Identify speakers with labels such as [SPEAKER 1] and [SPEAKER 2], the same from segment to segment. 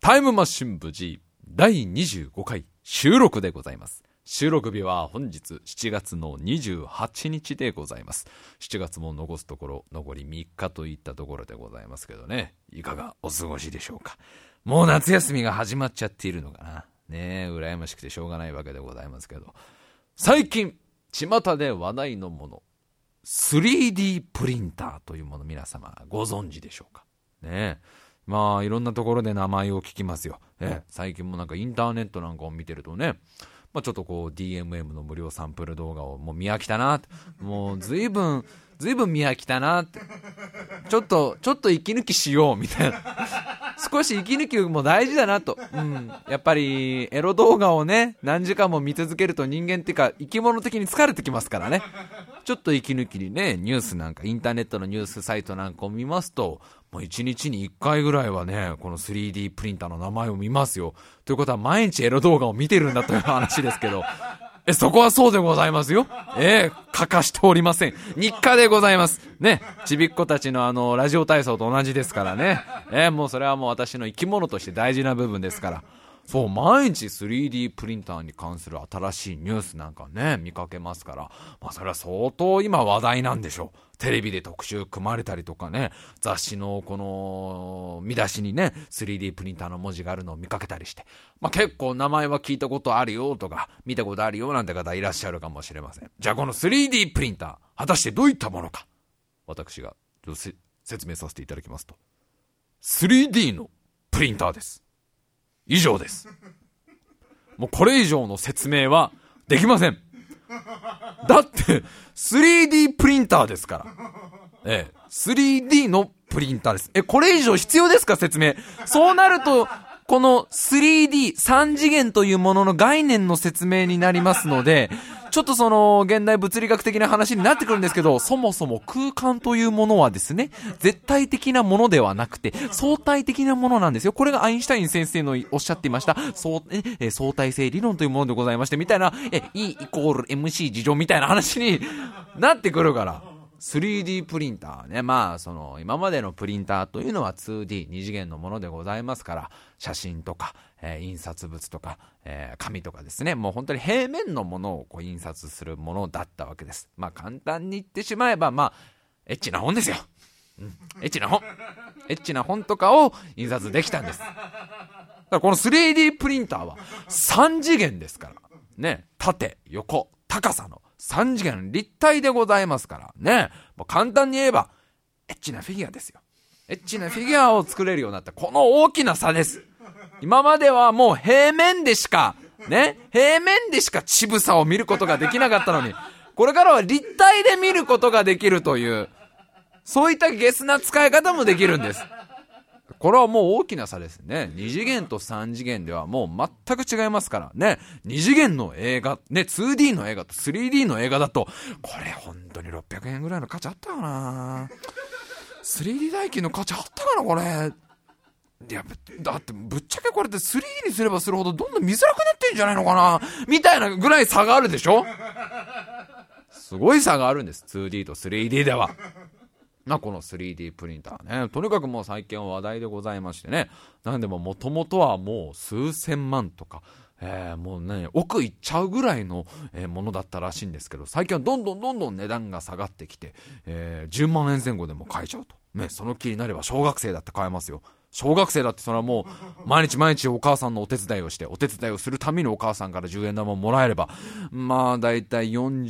[SPEAKER 1] タイムマシン部 G 第25回収録でございます。収録日は本日7月の28日でございます。7月も残すところ残り3日といったところでございますけどね、いかがお過ごしでしょうか。もう夏休みが始まっちゃっているのかなねえ、羨ましくてしょうがないわけでございますけど、最近巷で話題のもの 3D プリンターというもの、皆様ご存知でしょうかね。まあいろんなところで名前を聞きますよ。最近もなんかインターネットなんかを見てるとね、まあ、ちょっとこう DMM の無料サンプル動画をもう見飽きたな、もうずいぶん見飽きたなって、ちょっと息抜きしようみたいな少し息抜きも大事だなと、やっぱりエロ動画をね何時間も見続けると人間っていうか生き物的に疲れてきますからね、ちょっと息抜きにねニュースなんかインターネットのニュースサイトなんかを見ますと、もう1日に1回ぐらいはねこの 3D プリンターの名前を見ますよ。ということは毎日エロ動画を見てるんだという話ですけどそこはそうでございますよ。欠かしておりません。日課でございますね。ちびっ子たちのラジオ体操と同じですからね。もうそれはもう私の生き物として大事な部分ですから。そう、毎日 3D プリンターに関する新しいニュースなんかね見かけますから、まあそれは相当今話題なんでしょう。テレビで特集組まれたりとかね、雑誌のこの見出しにね 3D プリンターの文字があるのを見かけたりして、まあ結構名前は聞いたことあるよとか見たことあるよなんて方いらっしゃるかもしれません。じゃあこの 3D プリンター果たしてどういったものか、私が説明させていただきますと、 3D のプリンターです。以上です。もうこれ以上の説明はできません。だって 3D プリンターですから。3D のプリンターです。これ以上必要ですか説明。そうなるとこの 3D3 次元というものの概念の説明になりますので、ちょっとその現代物理学的な話になってくるんですけど、そもそも空間というものはですね、絶対的なものではなくて相対的なものなんですよ。これがアインシュタイン先生のおっしゃっていました相対性理論というものでございまして、みたいなE=MC 事情みたいな話になってくるから、3D プリンターね、まあその今までのプリンターというのは 2D 二次元のものでございますから、写真とか、印刷物とか、紙とかですね、もう本当に平面のものをこう印刷するものだったわけです。まあ簡単に言ってしまえば、まあエッチな本ですよ。エッチな本とかを印刷できたんです。だからこの 3D プリンターは3次元ですからね、縦横高さの3次元立体でございますからね。もう簡単に言えばエッチなフィギュアですよ。エッチなフィギュアを作れるようになったこの大きな差です。今まではもう平面でしか乳房を見ることができなかったのに、これからは立体で見ることができるという、そういったゲスな使い方もできるんです。これはもう大きな差ですね。2次元と3次元ではもう全く違いますからね。2次元の映画ね、2D の映画と 3D の映画だと、これ本当に600円ぐらいの価値あったかな。 3D 代金の価値あったかなこれ。いやだってぶっちゃけこれって 3D にすればするほどどんどん見づらくなってんじゃないのかなみたいなぐらい差があるでしょ。すごい差があるんです、 2D と 3D では。この 3D プリンターね、とにかくもう最近は話題でございましてね、なんでも元々はもう数千万とか、もうね億いっちゃうぐらいのものだったらしいんですけど、最近はどんどん値段が下がってきて、10万円前後でも買えちゃうとね。その気になれば小学生だって買えますよ。小学生だってそれはもう毎日お母さんのお手伝いをして、お手伝いをするためにお母さんから10円玉をもらえれば、まあだいたい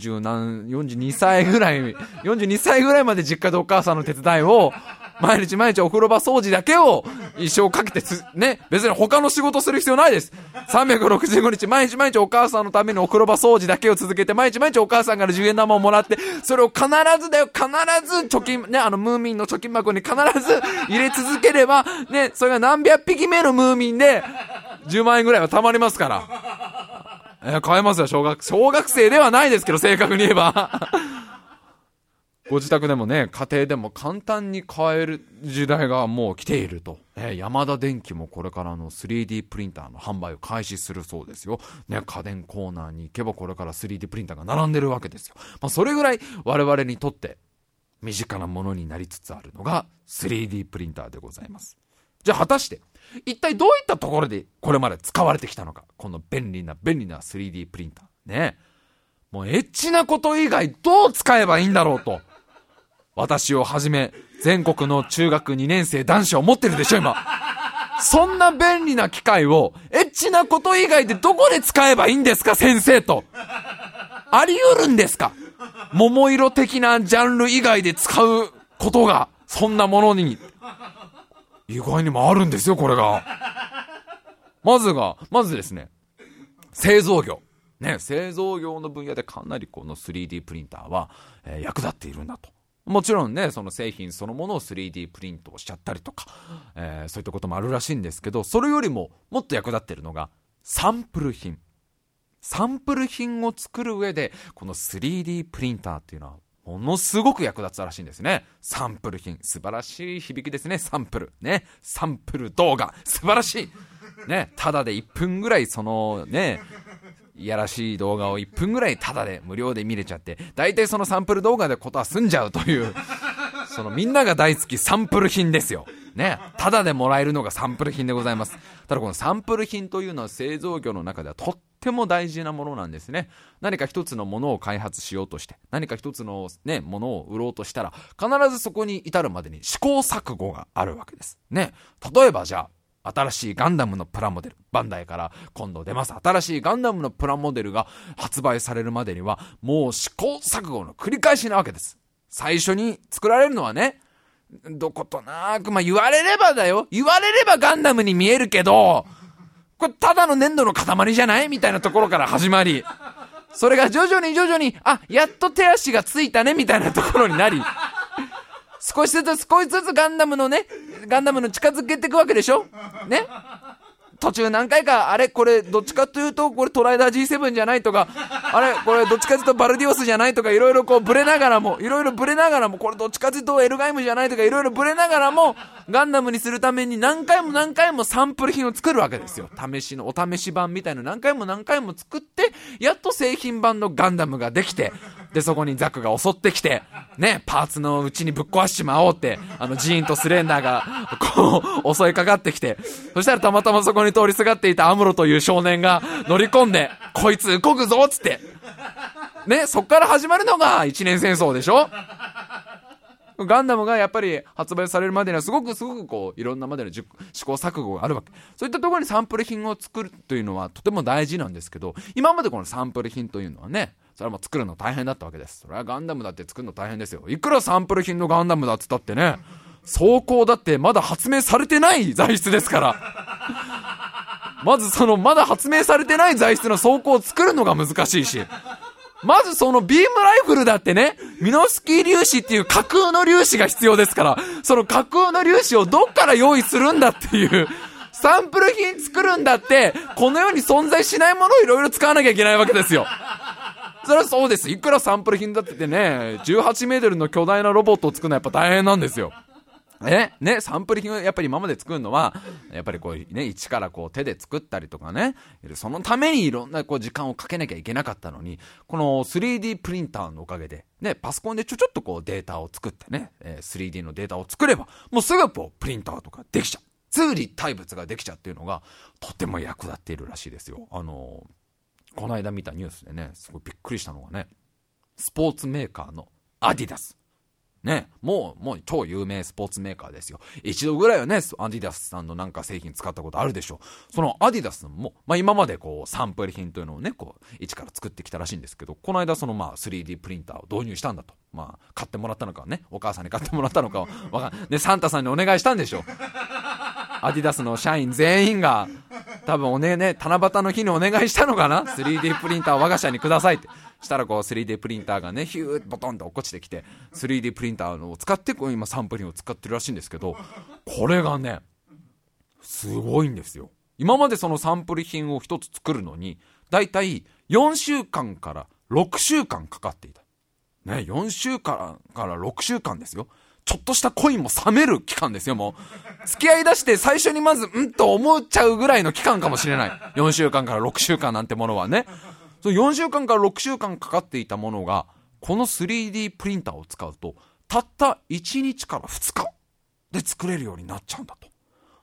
[SPEAKER 1] 42歳ぐらいまで実家でお母さんの手伝いを毎日お風呂場掃除だけを一生かけてね、別に他の仕事する必要ないです。365日毎日お母さんのためにお風呂場掃除だけを続けて、毎日お母さんから10円玉をもらって、それを必ず貯金ね、ムーミンの貯金箱に必ず入れ続ければね、それが何百匹目のムーミンで10万円ぐらいは貯まりますから、買えますよ。小学生ではないですけど、正確に言えばご自宅でもね、家庭でも簡単に買える時代がもう来ていると。ヤマダ電機もこれからの 3D プリンターの販売を開始するそうですよ。ね、家電コーナーに行けばこれから 3D プリンターが並んでるわけですよ。それぐらい我々にとって身近なものになりつつあるのが 3D プリンターでございます。 じゃあ果たして一体どういったところでこれまで使われてきたのか、この便利な 3D プリンターね。もうエッチなこと以外どう使えばいいんだろうと、私をはじめ全国の中学2年生男子は思ってるでしょ今。そんな便利な機械をエッチなこと以外でどこで使えばいいんですか先生と。あり得るんですか、桃色的なジャンル以外で使うことがそんなものに。意外にもあるんですよこれが。まずですね、製造業ね、製造業の分野でかなりこの 3D プリンターは、役立っているんだと。もちろんね、その製品そのものを 3D プリントをしちゃったりとか、そういったこともあるらしいんですけど、それよりももっと役立っているのがサンプル品を作る上でこの 3D プリンターっていうのはものすごく役立つらしいんですね。サンプル品、素晴らしい響きですね。サンプルね、サンプル動画素晴らしいね。ただで1分ぐらいそのね、いやらしい動画を1分ぐらいただで無料で見れちゃって、大体そのサンプル動画でことは済んじゃうというそのみんなが大好きサンプル品ですよね。ただでもらえるのがサンプル品でございます。ただこのサンプル品というのは製造業の中ではとっても大事なものなんですね。何か一つのものを開発しようとして、何か一つのねものを売ろうとしたら、必ずそこに至るまでに試行錯誤があるわけですね。例えばじゃあ新しいガンダムのプラモデル、バンダイから今度出ます新しいガンダムのプラモデルが発売されるまでにはもう試行錯誤の繰り返しなわけです。最初に作られるのはね、どことなく言われればガンダムに見えるけど、これただの粘土の塊じゃないみたいなところから始まり、それが徐々にやっと手足がついたねみたいなところになり、少しずつガンダムの近づけていくわけでしょね。途中何回か、あれこれどっちかというとこれトライダー G7 じゃないとか、あれこれどっちかというとバルディオスじゃないとか、いろいろブレながらも、これどっちかというとエルガイムじゃないとか、いろいろブレながらもガンダムにするために何回もサンプル品を作るわけですよ。お試し版みたいな何回も作って、やっと製品版のガンダムができて、でそこにザクが襲ってきてね、パーツのうちにぶっ壊しちまおうって、ジーンとスレンダーがこう襲いかかってきて、そしたらたまたまそこに通りすがっていたアムロという少年が乗り込んで、こいつ動くぞっつってね、そっから始まるのが一年戦争でしょ。ガンダムがやっぱり発売されるまでにはすごくこういろんなまでの試行錯誤があるわけ。そういったところにサンプル品を作るというのはとても大事なんですけど、今までこのサンプル品というのはね、それはもう作るの大変だったわけです。それはガンダムだって作るの大変ですよ。いくらサンプル品のガンダムだっつったってね、装甲だってまだ発明されてない材質ですからまずそのまだ発明されてない材質の装甲を作るのが難しいし、まずそのビームライフルだってね、ミノスキー粒子っていう架空の粒子が必要ですから、その架空の粒子をどっから用意するんだっていう、サンプル品作るんだって、この世に存在しないものをいろいろ使わなきゃいけないわけですよ。それはそうです。いくらサンプル品だってね、18メートルの巨大なロボットを作るのはやっぱ大変なんですよ。サンプル品をやっぱり今まで作るのはやっぱりこうね、一からこう手で作ったりとかね、そのためにいろんなこう時間をかけなきゃいけなかったのに、この 3D プリンターのおかげでね、パソコンでちょっとこうデータを作ってね、3D のデータを作ればもうすぐこうプリンターとかできちゃう、通立体物ができちゃうっていうのがとても役立っているらしいですよ。この間見たニュースでね、すごいびっくりしたのがね、スポーツメーカーのアディダスね、もう超有名スポーツメーカーですよ。一度ぐらいはね、アディダスさんのなんか製品使ったことあるでしょう。そのアディダスも、今までこうサンプル品というのをね、こう一から作ってきたらしいんですけど、この間その3D プリンターを導入したんだと。買ってもらったのかね、お母さんに買ってもらったのかわかんね、サンタさんにお願いしたんでしょう。アディダスの社員全員が多分七夕の日にお願いしたのかな、 3D プリンターを我が社にくださいって。したらこう 3D プリンターがね、ヒューボトンと落っこちてきて、 3D プリンターを使ってこう今サンプル品を使ってるらしいんですけど、これがねすごいんですよ。今までそのサンプル品を一つ作るのにだいたい4週間から6週間かかっていたね。4週間から6週間ですよ。ちょっとしたコインも冷める期間ですよ。もう付き合い出して最初にまずと思っちゃうぐらいの期間かもしれない。4週間から6週間なんてものはね、その4週間から6週間かかっていたものがこの 3D プリンターを使うとたった1日から2日で作れるようになっちゃうんだと。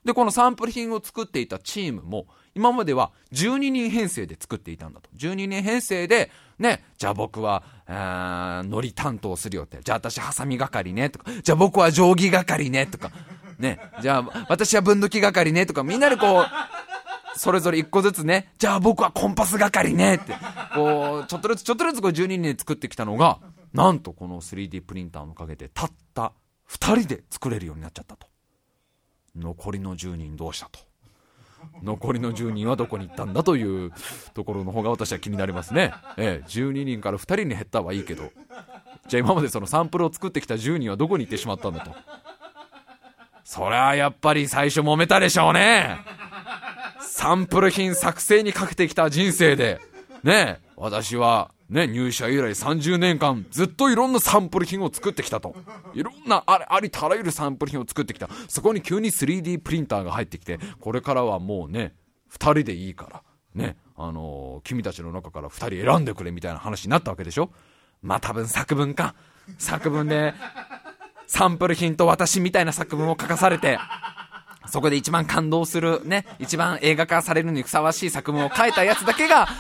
[SPEAKER 1] で、このサンプル品を作っていたチームも、今までは12人編成で作っていたんだと。12人編成で、ね、じゃあ僕は、海苔担当するよって。じゃあ私ハサミ係ね、とか。じゃあ僕は定規係ね、とか。ね、じゃあ私は分度器係ね、とか。みんなでこう、それぞれ一個ずつね、じゃあ僕はコンパス係ね、って。こう、ちょっとずつこう12人で作ってきたのが、なんとこの 3D プリンターのおかげで、たった2人で作れるようになっちゃったと。残りの10人どうしたと。残りの10人はどこに行ったんだというところの方が私は気になりますね。12人から2人に減ったはいいけど、じゃあ今までそのサンプルを作ってきた10人はどこに行ってしまったんだと。そりゃやっぱり最初揉めたでしょうね。サンプル品作成にかけてきた人生でね、私はね、入社以来30年間ずっといろんなサンプル品を作ってきたと。いろんなありとあらゆるサンプル品を作ってきた。そこに急に 3D プリンターが入ってきて、これからはもうね、2人でいいからね、君たちの中から2人選んでくれみたいな話になったわけでしょ。まあ多分作文でサンプル品と私みたいな作文を書かされて、そこで一番感動するね、一番映画化されるにふさわしい作文を書いたやつだけが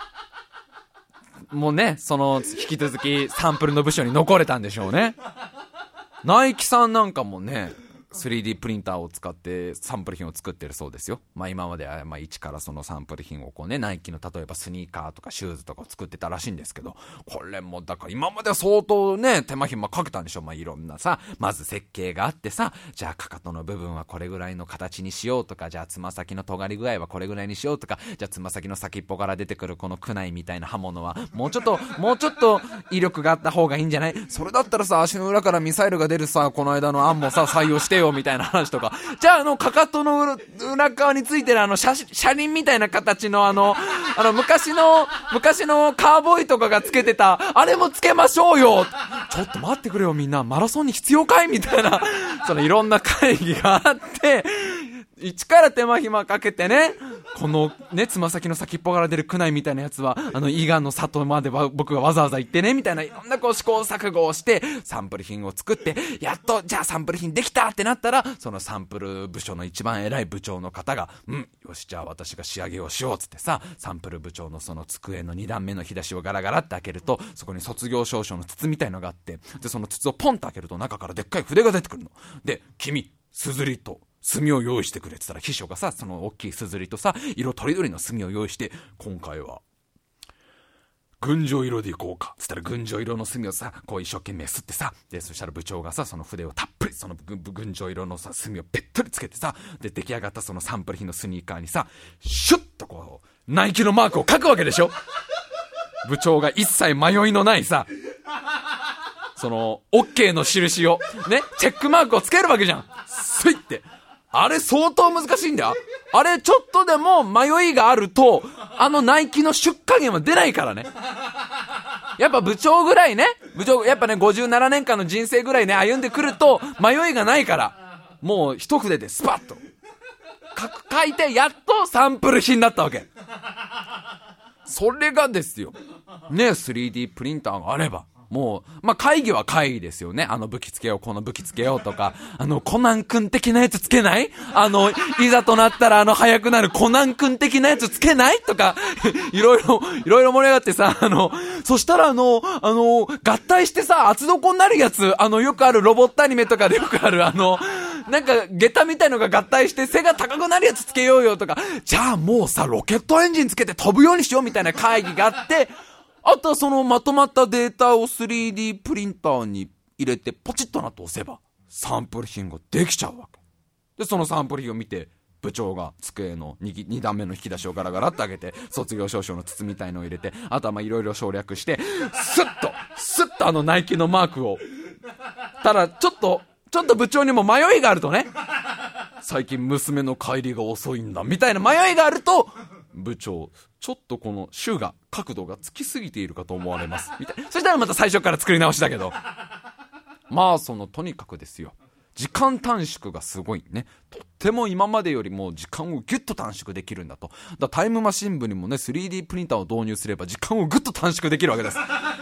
[SPEAKER 1] もうね、その引き続きサンプルの部署に残れたんでしょうね。ナイキさんなんかもね、3D プリンターを使ってサンプル品を作ってるそうですよ。まあ今までは一からそのサンプル品をこうね、ナイキの例えばスニーカーとかシューズとかを作ってたらしいんですけど、これもだから今までは相当ね、手間暇かけたんでしょう。まあいろんなさ、まず設計があってさ、じゃあかかとの部分はこれぐらいの形にしようとか、じゃあつま先の尖り具合はこれぐらいにしようとか、じゃあつま先の先っぽから出てくるこのクナイみたいな刃物はもうちょっと威力があった方がいいんじゃない？それだったらさ、足の裏からミサイルが出るさ、この間の案もさ採用してよみたいな話とか。じゃあかかとの裏側についてる車輪みたいな形の昔のカーボーイとかがつけてたあれもつけましょうよ。ちょっと待ってくれよみんな、マラソンに必要かいみたいなそのいろんな会議があって、一から手間暇かけてね、このね、つま先の先っぽから出るクナイみたいなやつは伊賀の里までは僕がわざわざ行ってねみたいな、いろんなこう試行錯誤をしてサンプル品を作って、やっとじゃあサンプル品できたってなったら、そのサンプル部署の一番偉い部長の方が、よしじゃあ私が仕上げをしようっつってさ、サンプル部長のその机の2段目の引き出しをガラガラって開けると、そこに卒業証書の筒みたいのがあって、でその筒をポンと開けると中からでっかい筆が出てくるので、君すずりと墨を用意してくれって言ったら、秘書がさ、その大きいすずりとさ、色とりどりの墨を用意して、今回は群青色でいこうかっつったら、群青色の墨をさこう一生懸命吸ってさ、でそしたら部長がさ、その筆をたっぷりその群青色のさ墨をべっとりつけてさ、で出来上がったそのサンプル品のスニーカーにさ、シュッとこうナイキのマークを書くわけでしょ。部長が一切迷いのないさ、その OK の印をね、チェックマークをつけるわけじゃん。スイッてあれ相当難しいんだよ。あれちょっとでも迷いがあると、ナイキの出荷源は出ないからね。やっぱ部長ぐらいね、やっぱね57年間の人生ぐらいね歩んでくると迷いがないから、もう一筆でスパッと書いて、やっとサンプル品だったわけ。それがですよね、3D プリンターがあればもう、まあ、会議は会議ですよね。武器つけよう、この武器つけようとか、コナン君的なやつつけない？いざとなったら速くなるコナン君的なやつつけない？とか、いろいろ盛り上がってさ、そしたら合体してさ、厚底になるやつ、よくあるロボットアニメとかでよくあるなんか、下駄みたいのが合体して背が高くなるやつつけようよとか、じゃあもうさ、ロケットエンジンつけて飛ぶようにしようみたいな会議があって、あとはそのまとまったデータを 3D プリンターに入れてポチッとなって押せばサンプル品ができちゃうわけで、そのサンプル品を見て部長が机の 2段目の引き出しをガラガラって開けて、卒業証書の筒みたいのを入れて、あとはまあいろいろ省略してスッとナイキのマークを、ただちょっと部長にも迷いがあるとね、最近娘の帰りが遅いんだみたいな迷いがあると、部長ちょっとこの角度がつきすぎているかと思われますみたいな。そしたらまた最初から作り直しだけど、まあとにかくですよ、時間短縮がすごいね。とっても今までよりも時間をギュッと短縮できるんだと。タイムマシン部にもね 3D プリンターを導入すれば時間をグッと短縮できるわけです。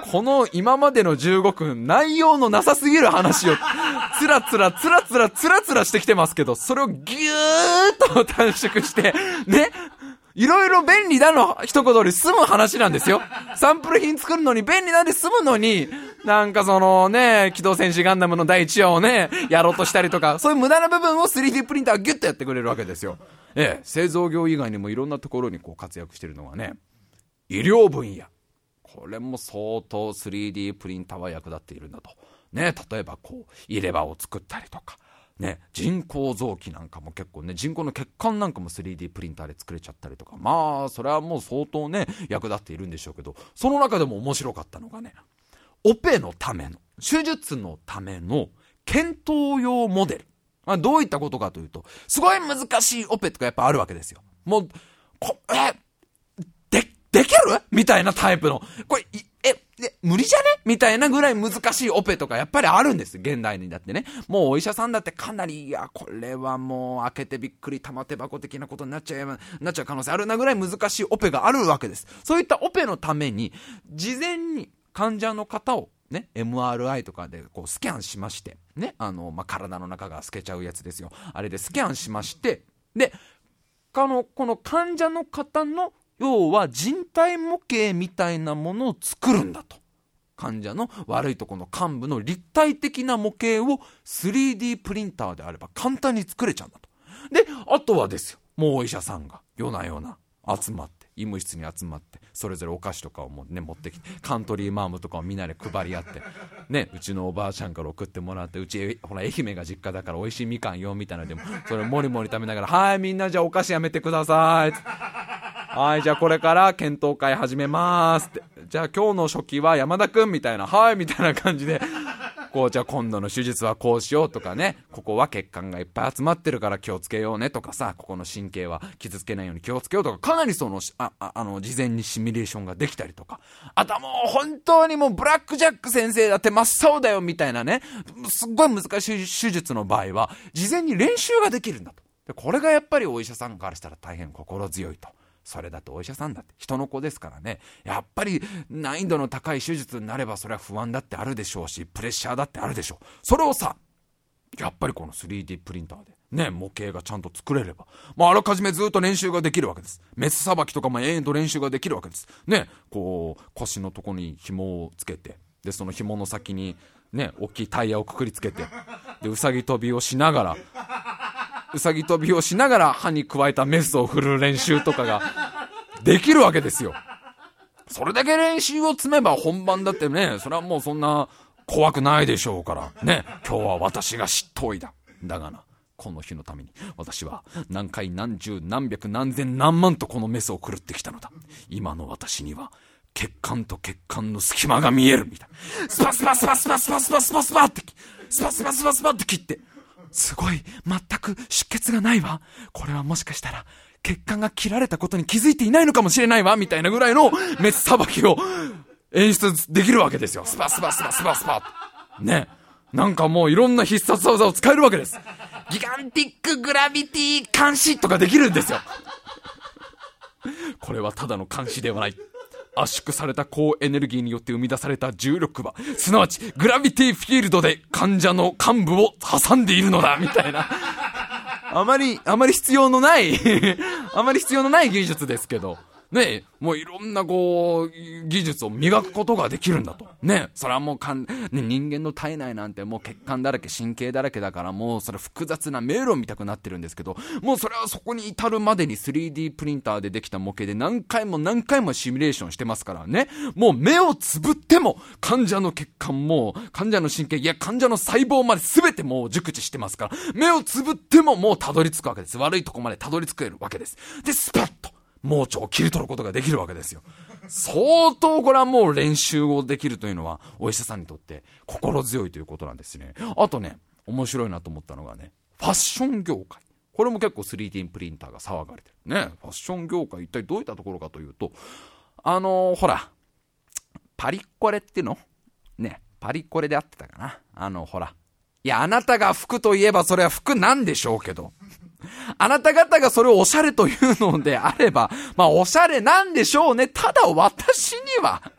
[SPEAKER 1] この今までの15分、内容のなさすぎる話を、つらつらしてきてますけど、それをぎゅーっと短縮して、ね、いろいろ便利だの一言で済む話なんですよ。サンプル品作るのに便利なんで済むのに、なんかそのね、機動戦士ガンダムの第1話をね、やろうとしたりとか、そういう無駄な部分を 3D プリンターがギュッとやってくれるわけですよ。製造業以外にもいろんなところにこう活躍してるのがね、医療分野。これも相当 3D プリンターは役立っているんだと。ね、例えばこう、入れ歯を作ったりとか、ね、人工臓器なんかも結構ね、人工の血管なんかも 3D プリンターで作れちゃったりとか、まあ、それはもう相当ね、役立っているんでしょうけど、その中でも面白かったのがね、オペのための、手術のための検討用モデル。どういったことかというと、すごい難しいオペとかやっぱあるわけですよ。もう、できるみたいなタイプの、これ、無理じゃねみたいなぐらい難しいオペとかやっぱりあるんです。現代にだってね。もうお医者さんだってかなり、いや、これはもう開けてびっくり玉手箱的なことになっちゃう可能性あるなぐらい難しいオペがあるわけです。そういったオペのために、事前に患者の方をね、MRI とかでこうスキャンしまして、ね、体の中が透けちゃうやつですよ。あれでスキャンしまして、で、この患者の方の要は人体模型みたいなものを作るんだと。患者の悪いところの患部の立体的な模型を 3D プリンターであれば簡単に作れちゃうんだと。で、あとはですよ、もうお医者さんが夜な夜な集まって、医務室に集まって、それぞれお菓子とかを持ってきて、カントリーマームとかをみんなで配り合って、ね、うちのおばあちゃんから送ってもらって、うち、ほら、愛媛が実家だから美味しいみかんよ、みたいなのでも、それもりもり食べながら、はい、みんなじゃあお菓子やめてください。はい、じゃあこれから検討会始めますって。じゃあ今日の初期は山田くんみたいな、はい、みたいな感じで、こう、じゃあ今度の手術はこうしようとかね、ここは血管がいっぱい集まってるから気をつけようねとかさ、ここの神経は傷つけないように気をつけようとか、かなりその、事前にシミュレーションができたりとか、あとはもう本当にもうブラックジャック先生だって真っ青だよみたいなね、すっごい難しい手術の場合は、事前に練習ができるんだと。で、これがやっぱりお医者さんからしたら大変心強いと。それだってお医者さんだって人の子ですからね、やっぱり難易度の高い手術になればそれは不安だってあるでしょうし、プレッシャーだってあるでしょう。それをさ、やっぱりこの 3D プリンターでね、模型がちゃんと作れれば、あらかじめずっと練習ができるわけです。メスさばきとかも永遠と練習ができるわけですね。こう腰のとこに紐をつけて、でその紐の先にね、大きいタイヤをくくりつけて、でうさぎ跳びをしながら歯に加えたメスを振る練習とかができるわけですよ。それだけ練習を積めば本番だってね、それはもうそんな怖くないでしょうからね。今日は私が執刀医だ。だがな、この日のために私は何回何十何百何千何万とこのメスを狂ってきたのだ。今の私には血管と血管の隙間が見えるみたいな。スパスパスパスパスパスパスパスパってスパスパスパスパって切って、すごい全く出血がないわ。これはもしかしたら血管が切られたことに気づいていないのかもしれないわみたいなぐらいのメスさばきを演出できるわけですよ。スパスパスパスパスパね。なんかもういろんな必殺技を使えるわけです。ギガンティックグラビティ監視とかできるんですよ。これはただの監視ではない。圧縮された高エネルギーによって生み出された重力場、すなわちグラビティフィールドで患者の患部を挟んでいるのだみたいな。あまり必要のない技術ですけどね、もういろんなこう技術を磨くことができるんだとね。それはもう人間の体内なんてもう血管だらけ神経だらけだから、もうそれ複雑な迷路見たくなってるんですけど、もうそれはそこに至るまでに 3D プリンターでできた模型で何回もシミュレーションしてますからね。もう目をつぶっても患者の血管も患者の神経、いや患者の細胞まで全てもう熟知してますから、目をつぶってももうたどり着くわけです。悪いとこまでたどり着けるわけです。でスパッと盲腸を切り取ることができるわけですよ。相当これはもう練習をできるというのはお医者さんにとって心強いということなんですね。あとね、面白いなと思ったのがね、ファッション業界。これも結構 3D プリンターが騒がれてるね。ファッション業界一体どういったところかというと、ほらパリコレっていうのね、パリコレであってたかな。ほら、いやあなたが服といえばそれは服なんでしょうけど、あなた方がそれをおしゃれというのであれば、おしゃれなんでしょうね。ただ私には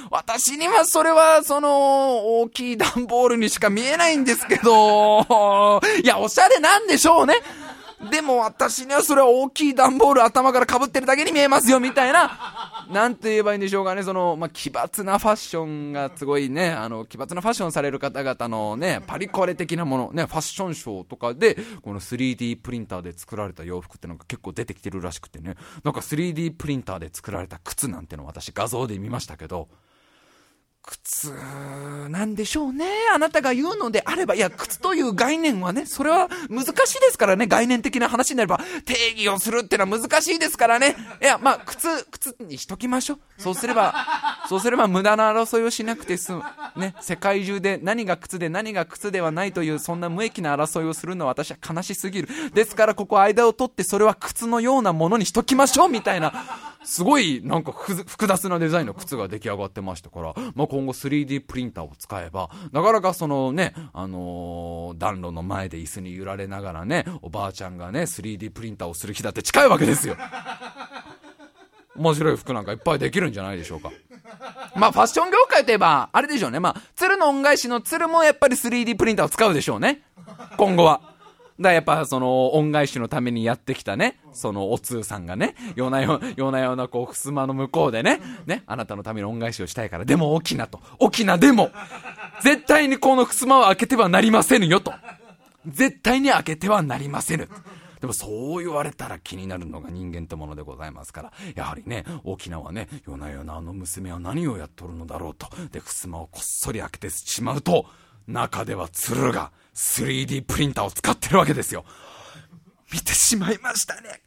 [SPEAKER 1] 私にはそれは大きい段ボールにしか見えないんですけど、いや、おしゃれなんでしょうね。でも私にはそれは大きい段ボール頭から被ってるだけに見えますよみたいな、なんて言えばいいんでしょうかね。奇抜なファッションがすごいね、奇抜なファッションされる方々のね、パリコレ的なものね、ファッションショーとかでこの 3D プリンターで作られた洋服ってのが結構出てきてるらしくてね、なんか 3D プリンターで作られた靴なんてのを私画像で見ましたけど、靴なんでしょうね。あなたが言うのであれば、いや、靴という概念はね、それは難しいですからね。概念的な話になれば定義をするってのは難しいですからね。いや、靴にしときましょう。そうすれば無駄な争いをしなくて済むね。世界中で何が靴で何が靴ではないというそんな無益な争いをするのは私は悲しすぎる。ですからここ間を取ってそれは靴のようなものにしときましょうみたいな、すごいなんか複雑なデザインの靴が出来上がってましたから、今後 3D プリンターを使えばなかなか暖炉の前で椅子に揺られながらね、おばあちゃんがね 3D プリンターをする日だって近いわけですよ。面白い服なんかいっぱいできるんじゃないでしょうか。ファッション業界といえばあれでしょうね。鶴の恩返しの鶴もやっぱり 3D プリンターを使うでしょうね、今後は。だやっぱ恩返しのためにやってきたね、お通さんがね、夜な夜な襖の向こうでね、あなたのために恩返しをしたいから、でも沖縄でも絶対にこの襖を開けてはなりませぬよと、絶対に開けてはなりませぬ。でもそう言われたら気になるのが人間ってものでございますから、やはりね、沖縄はね、夜な夜な娘は何をやっとるのだろうと、で襖をこっそり開けてしまうと、中では鶴が 3D プリンターを使ってるわけですよ。見てしまいましたね。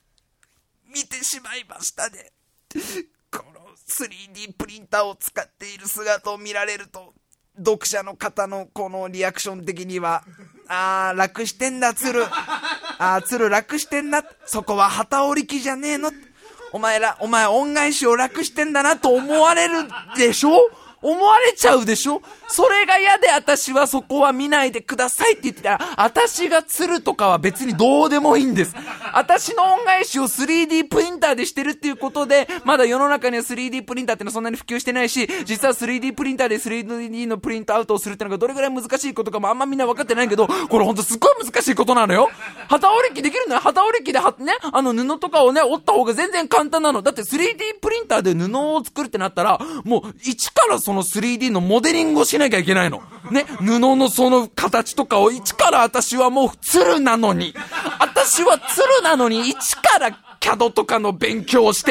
[SPEAKER 1] この 3D プリンターを使っている姿を見られると、読者の方のこのリアクション的には、楽してんだ鶴、鶴楽してんな、そこは旗織り機じゃねえの、お前恩返しを楽してんだなと思われるでしょ、思われちゃうでしょ。それが嫌で私はそこは見ないでくださいって言ってたら、私が鶴とかは別にどうでもいいんです。私の恩返しを 3D プリンターでしてるっていうことで、まだ世の中には 3D プリンターってのはそんなに普及してないし、実は 3D プリンターで 3D のプリントアウトをするってのがどれぐらい難しいことかもあんまみんな分かってないけど、これほんとすっごい難しいことなのよ。旗織り機できるのよ。旗織り機で布とかをね折った方が全然簡単なの。だって 3D プリンターで布を作るってなったら、もう一からその 3D のモデリングをしなきゃいけないのね。布のその形とかを一から、私はもう鶴なのに一からCAD とかの勉強をして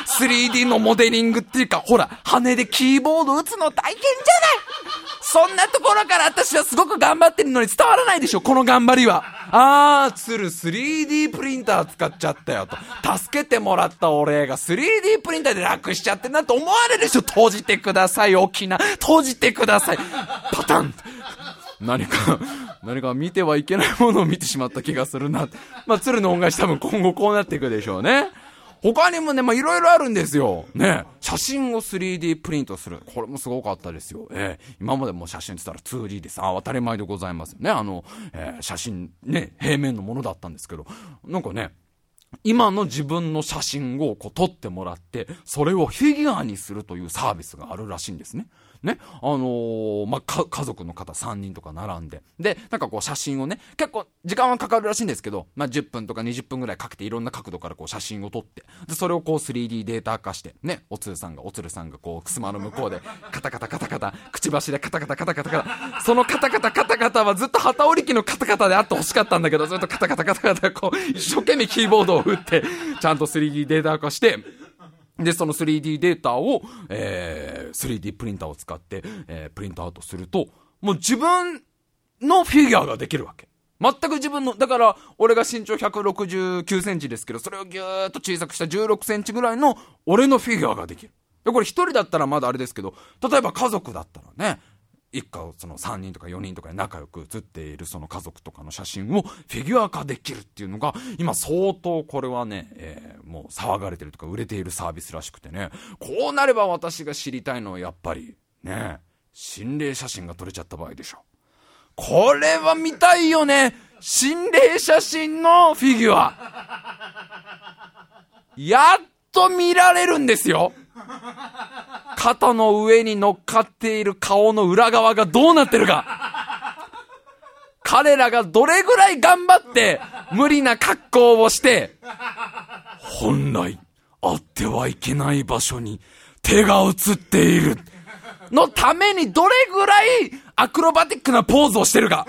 [SPEAKER 1] 3D のモデリングっていうか、ほら羽でキーボード打つの大変じゃない。そんなところから私はすごく頑張ってるのに伝わらないでしょ、この頑張りは。鶴 3D プリンター使っちゃったよと、助けてもらったお礼が 3D プリンターで楽しちゃってなと思われるでしょ。閉じてください、沖縄閉じてください。パタン。何か見てはいけないものを見てしまった気がするな。鶴の恩返し多分今後こうなっていくでしょうね。他にもね、いろいろあるんですよ。ね、写真を 3D プリントする。これもすごかったですよ。今までも写真って言ったら 2D です。当たり前でございますね。写真ね、平面のものだったんですけど、なんかね、今の自分の写真を撮ってもらって、それをフィギュアにするというサービスがあるらしいんですね。ね、家族の方3人とか並んで、で、なんか写真をね、結構時間はかかるらしいんですけど、10分とか20分ぐらいかけていろんな角度から写真を撮って、で、それを3D データ化して、ね、お鶴さんが襖の向こうで、カタカタ、くちばしでカタカタ、そのカタカタはずっと旗織り機のカタカタであってほしかったんだけど、ずっとカタカタ、一生懸命キーボードを打って、ちゃんと 3D データ化して、で、その 3D データを、3D プリンターを使って、プリントアウトすると、もう自分のフィギュアができるわけ。全く自分の、だから、俺が身長169センチですけど、それをぎゅーっと小さくした16センチぐらいの俺のフィギュアができる。で、これ一人だったらまだあれですけど、例えば家族だったらね、一家を3人とか4人とかで仲良く写っているその家族とかの写真をフィギュア化できるっていうのが今相当これはね、もう騒がれてるとか売れているサービスらしくてね、こうなれば私が知りたいのはやっぱりね、心霊写真が撮れちゃった場合でしょ。これは見たいよね。心霊写真のフィギュアやっと見られるんですよ。肩の上に乗っかっている顔の裏側がどうなってるか。彼らがどれぐらい頑張って無理な格好をして本来あってはいけない場所に手が映っているのためにどれぐらいアクロバティックなポーズをしてるか。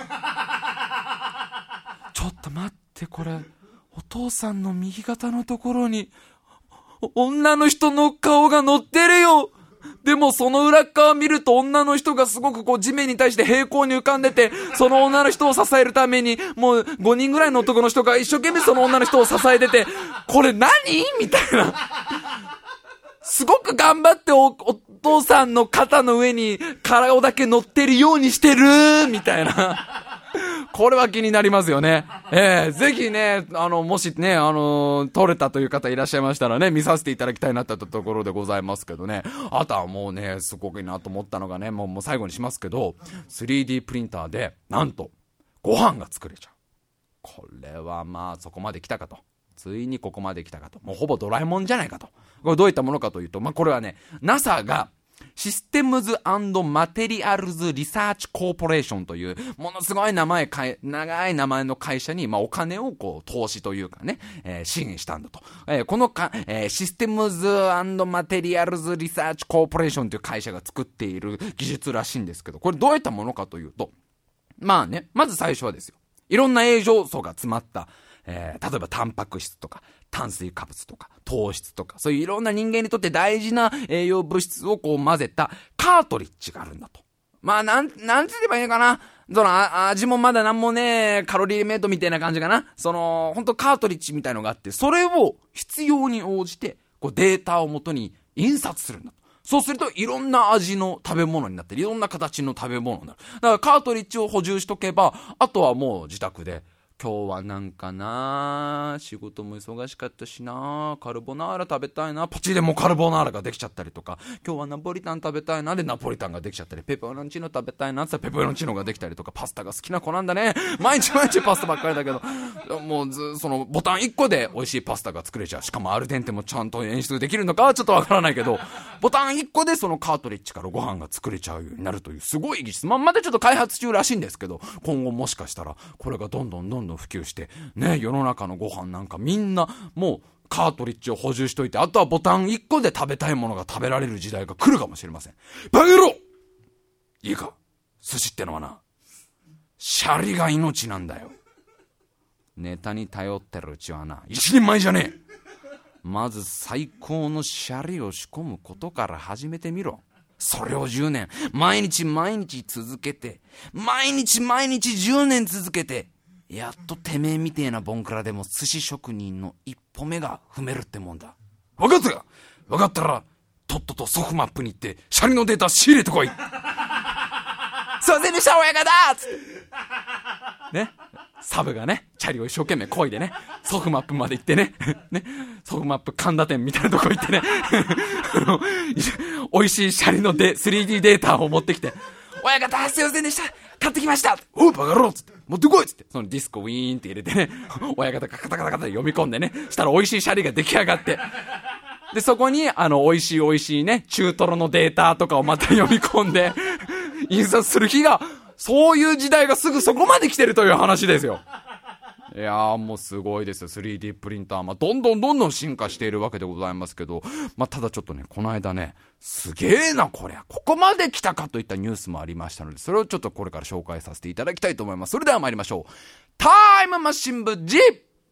[SPEAKER 1] ちょっと待って、これお父さんの右肩のところに女の人の顔が乗ってるよ。でもその裏側見ると女の人がすごくこう地面に対して平行に浮かんでて、その女の人を支えるためにもう5人ぐらいの男の人が一生懸命その女の人を支えてて、これ何みたいな。すごく頑張ってお父さんの肩の上に体だけ乗ってるようにしてるみたいな。これは気になりますよね。ぜひね、もしね、撮れたという方いらっしゃいましたらね、見させていただきたいなってところでございますけどね。あとはもうね、すごくいいなと思ったのがね、もう最後にしますけど、3D プリンターで、なんと、ご飯が作れちゃう。これはまあ、そこまで来たかと。ついにここまで来たかと。もうほぼドラえもんじゃないかと。これどういったものかというと、まあこれはね、NASA が、システムズ&マテリアルズリサーチコーポレーションというものすごい長い名前の会社に、まあ、お金をこう投資というかね、支援したんだと。このシステムズ&マテリアルズリサーチコーポレーションという会社が作っている技術らしいんですけど、これどういったものかというと、まあね、まず最初はですよ、いろんな栄養素が詰まった例えばタンパク質とか炭水化物とか糖質とか、そういういろんな人間にとって大事な栄養物質をこう混ぜたカートリッジがあるんだと。まあなんて言えばいいのかな、その味もまだなんもね、カロリーメイトみたいな感じかな。その本当カートリッジみたいのがあって、それを必要に応じてこうデータを元に印刷するんだと。そうするといろんな味の食べ物になっていろんな形の食べ物になる。だからカートリッジを補充しとけば、あとはもう自宅で、今日はなんかな、仕事も忙しかったしな、カルボナーラ食べたいな、ポチでもカルボナーラができちゃったりとか、今日はナポリタン食べたいなでナポリタンができちゃったり、ペペロンチーノ食べたいなってペペロンチーノができたりとか、パスタが好きな子なんだね、毎日パスタばっかりだけど、もうそのボタン1個で美味しいパスタが作れちゃう。しかもアルデンテもちゃんと演出できるのかはちょっとわからないけど、ボタン1個でそのカートリッジからご飯が作れちゃうようになるというすごい技術。まだちょっと開発中らしいんですけど、今後もしかしたらこれがどんどん普及してね、世の中のご飯なんかみんなもうカートリッジを補充しといて、あとはボタン1個で食べたいものが食べられる時代が来るかもしれません。バカ野郎、いいか、寿司ってのはな、シャリが命なんだよ。ネタに頼ってるうちはな、一人前じゃねえ。まず最高のシャリを仕込むことから始めてみろ。それを10年毎日続けて、毎日10年続けて、やっとてめえみてえなボンクラでも寿司職人の一歩目が踏めるってもんだ。分かったか？分かったらとっととソフマップに行ってシャリのデータ仕入れてこい。すいませんでした親方つってね、サブがねチャリを一生懸命漕いでね、ソフマップまで行ってねソフマップ神田店みたいなとこ行ってね美味しいシャリの3D データを持ってきて、親方すいませんでした買ってきました、おうバカ野郎つって持ってこいっつって、そのディスコウィーンって入れてね、親方がカタカタカタ読み込んでね、したら美味しいシャリが出来上がって、でそこに美味しいね中トロのデータとかをまた読み込んで印刷する日が、そういう時代がすぐそこまで来てるという話ですよ。いやーもうすごいですよ 3D プリンター。どんどん進化しているわけでございますけど、ただちょっとね、この間ね、すげえなこりゃ、ここまで来たかといったニュースもありましたので、それをちょっとこれから紹介させていただきたいと思います。それでは参りましょう。タイムマシン部 G。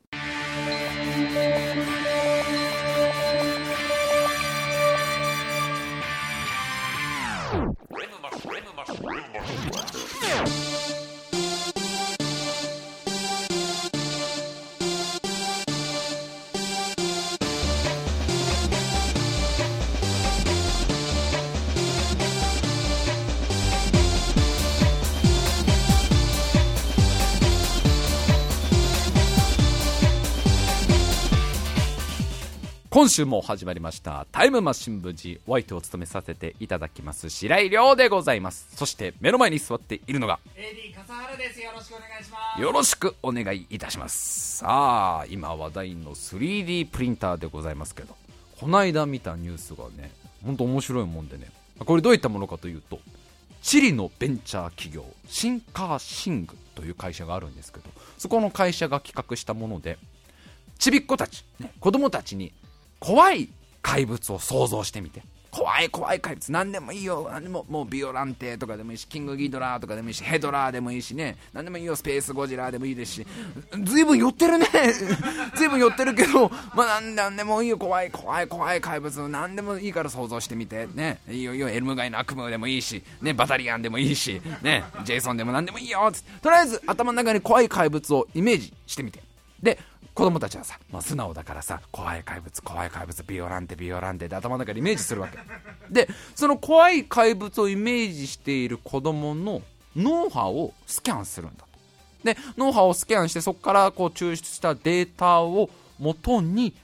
[SPEAKER 1] 今週も始まりましたタイムマシン部 G、 お相手を務めさせていただきます白井亮でございます。そして目の前に座っているのが
[SPEAKER 2] AD 笠原です。よろしくお願いします。
[SPEAKER 1] よろしくお願いいたします。さあ今話題の 3D プリンターでございますけど、 こないだ見たニュースがね、ほんと面白いもんでね、これどういったものかというと、チリのベンチャー企業シンカーシングという会社があるんですけど、そこの会社が企画したもので、ちびっ子たち、ね、子供たちに怖い怪物を想像してみて、怖い怪物何でもいいよ、何でも、もうビオランテとかでもいいし、キングギドラとかでもいいし、ヘドラーでもいいしね、何でもいいよ、スペースゴジラでもいいですし、ずいぶん寄ってるねずいぶん寄ってるけど、何でもいいよ、怖い怪物何でもいいから想像してみてね、いいよエルム街の悪夢でもいいしね、バタリアンでもいいしね、ジェイソンでも何でもいいよつって、とりあえず頭の中に怖い怪物をイメージしてみて、で子供たちはさ、素直だからさ、怖い怪物ビオランテって頭の中でイメージするわけで、その怖い怪物をイメージしている子供の脳波をスキャンするんだと。で脳波をスキャンして、そこからこう抽出したデータを元に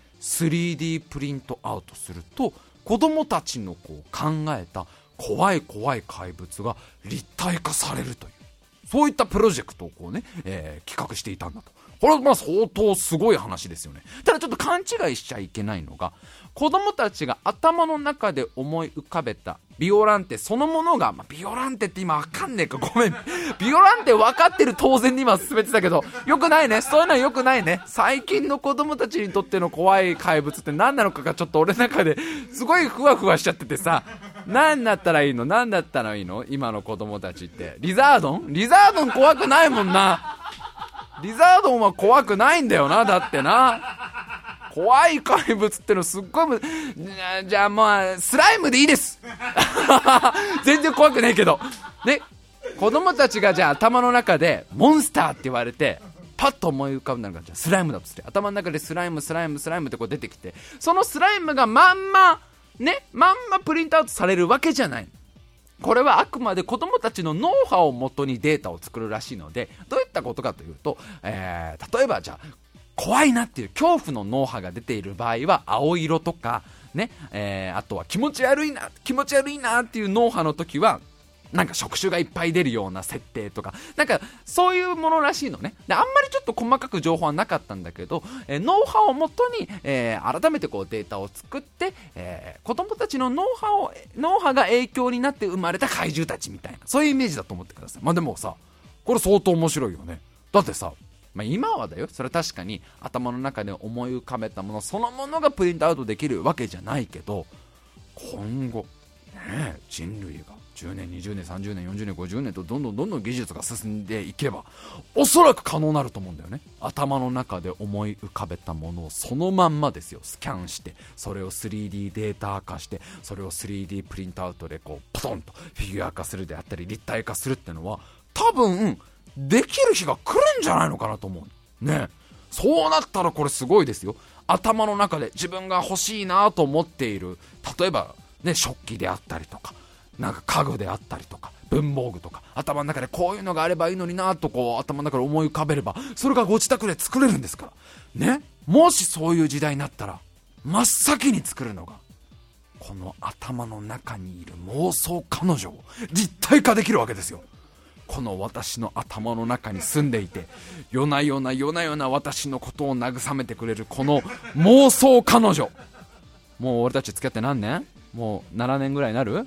[SPEAKER 1] 3D プリントアウトすると、子供たちのこう考えた怖い怪物が立体化されるという、そういったプロジェクトをこうね、企画していたんだと。これは相当すごい話ですよね。ただちょっと勘違いしちゃいけないのが、子供たちが頭の中で思い浮かべたビオランテそのものが、ビオランテって今わかんねえか、ごめん。ビオランテ分かってる当然に今進めてたけど、よくないね。そういうのはよくないね。最近の子供たちにとっての怖い怪物って何なのかがちょっと俺の中ですごいふわふわしちゃっててさ、何だったらいいの今の子供たちって。リザードン怖くないもんな。リザードンは怖くないんだよな、だってな。怖い怪物ってのすっごいじゃあスライムでいいです全然怖くないけどね。子供たちがじゃあ頭の中でモンスターって言われてパッと思い浮かぶのが、じゃあスライムだとして、頭の中でスライムってこう出てきて、そのスライムがまんまプリントアウトされるわけじゃない。これはあくまで子供たちの脳波を元にデータを作るらしいので、どういったことかというと、例えばじゃあ怖いなっていう恐怖の脳波が出ている場合は青色とかね、あとは気持ち悪いなっていう脳波の時はなんか触手がいっぱい出るような設定とか、なんかそういうものらしいのね。であんまりちょっと細かく情報はなかったんだけど、脳波をもとに、改めてこうデータを作って、子供たちの脳波が影響になって生まれた怪獣たちみたいな、そういうイメージだと思ってください。でもさ、これ相当面白いよね。だってさ、今はだよ、それは確かに頭の中で思い浮かべたものそのものがプリントアウトできるわけじゃないけど、今後ね、人類が10年20年30年40年50年とどんどん技術が進んでいけば、おそらく可能になると思うんだよね。頭の中で思い浮かべたものをそのまんまですよ、スキャンして、それを 3D データ化して、それを 3D プリントアウトでこうポトンとフィギュア化するであったり立体化するってのは、多分できる日が来るんじゃないのかなと思うね。そうなったらこれすごいですよ。頭の中で自分が欲しいなと思っている、例えばね、食器であったりとか、なんか家具であったりとか文房具とか、頭の中でこういうのがあればいいのになとこう頭の中で思い浮かべれば、それがご自宅で作れるんですからね。もしそういう時代になったら真っ先に作るのがこの頭の中にいる妄想彼女を実体化できるわけですよ。この私の頭の中に住んでいて、夜な夜な私のことを慰めてくれるこの妄想彼女。もう俺たち付き合って何年？もう7年ぐらいになる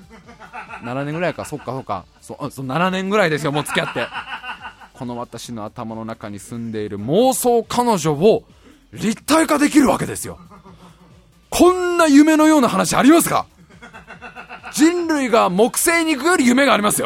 [SPEAKER 1] ？7年ぐらいか。そっかそう7年ぐらいですよ、もう付き合って。この私の頭の中に住んでいる妄想彼女を立体化できるわけですよ。こんな夢のような話ありますか？人類が木星に行くより夢がありますよ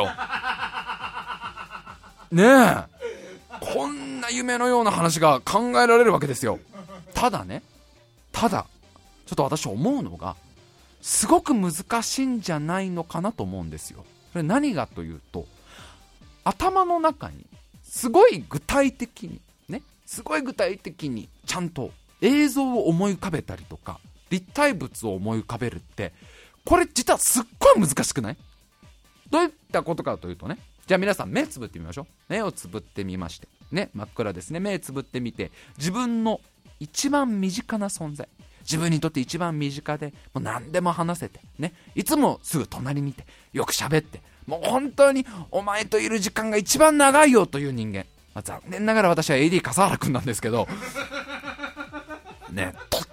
[SPEAKER 1] ねえ。こんな夢のような話が考えられるわけですよ。ただちょっと私思うのが、すごく難しいんじゃないのかなと思うんですよ。それ何がというと、頭の中にすごい具体的にちゃんと映像を思い浮かべたりとか立体物を思い浮かべるって、これ実はすっごい難しくない？どういったことかというとね、じゃあ皆さん目つぶってみましょう。目をつぶってみましてね、真っ暗ですね。目つぶってみて、自分の一番身近な存在、自分にとって一番身近でもう何でも話せてね、いつもすぐ隣にいてよく喋って、もう本当にお前といる時間が一番長いよという人間、残念ながら私は AD 笠原くんなんですけどね、とっ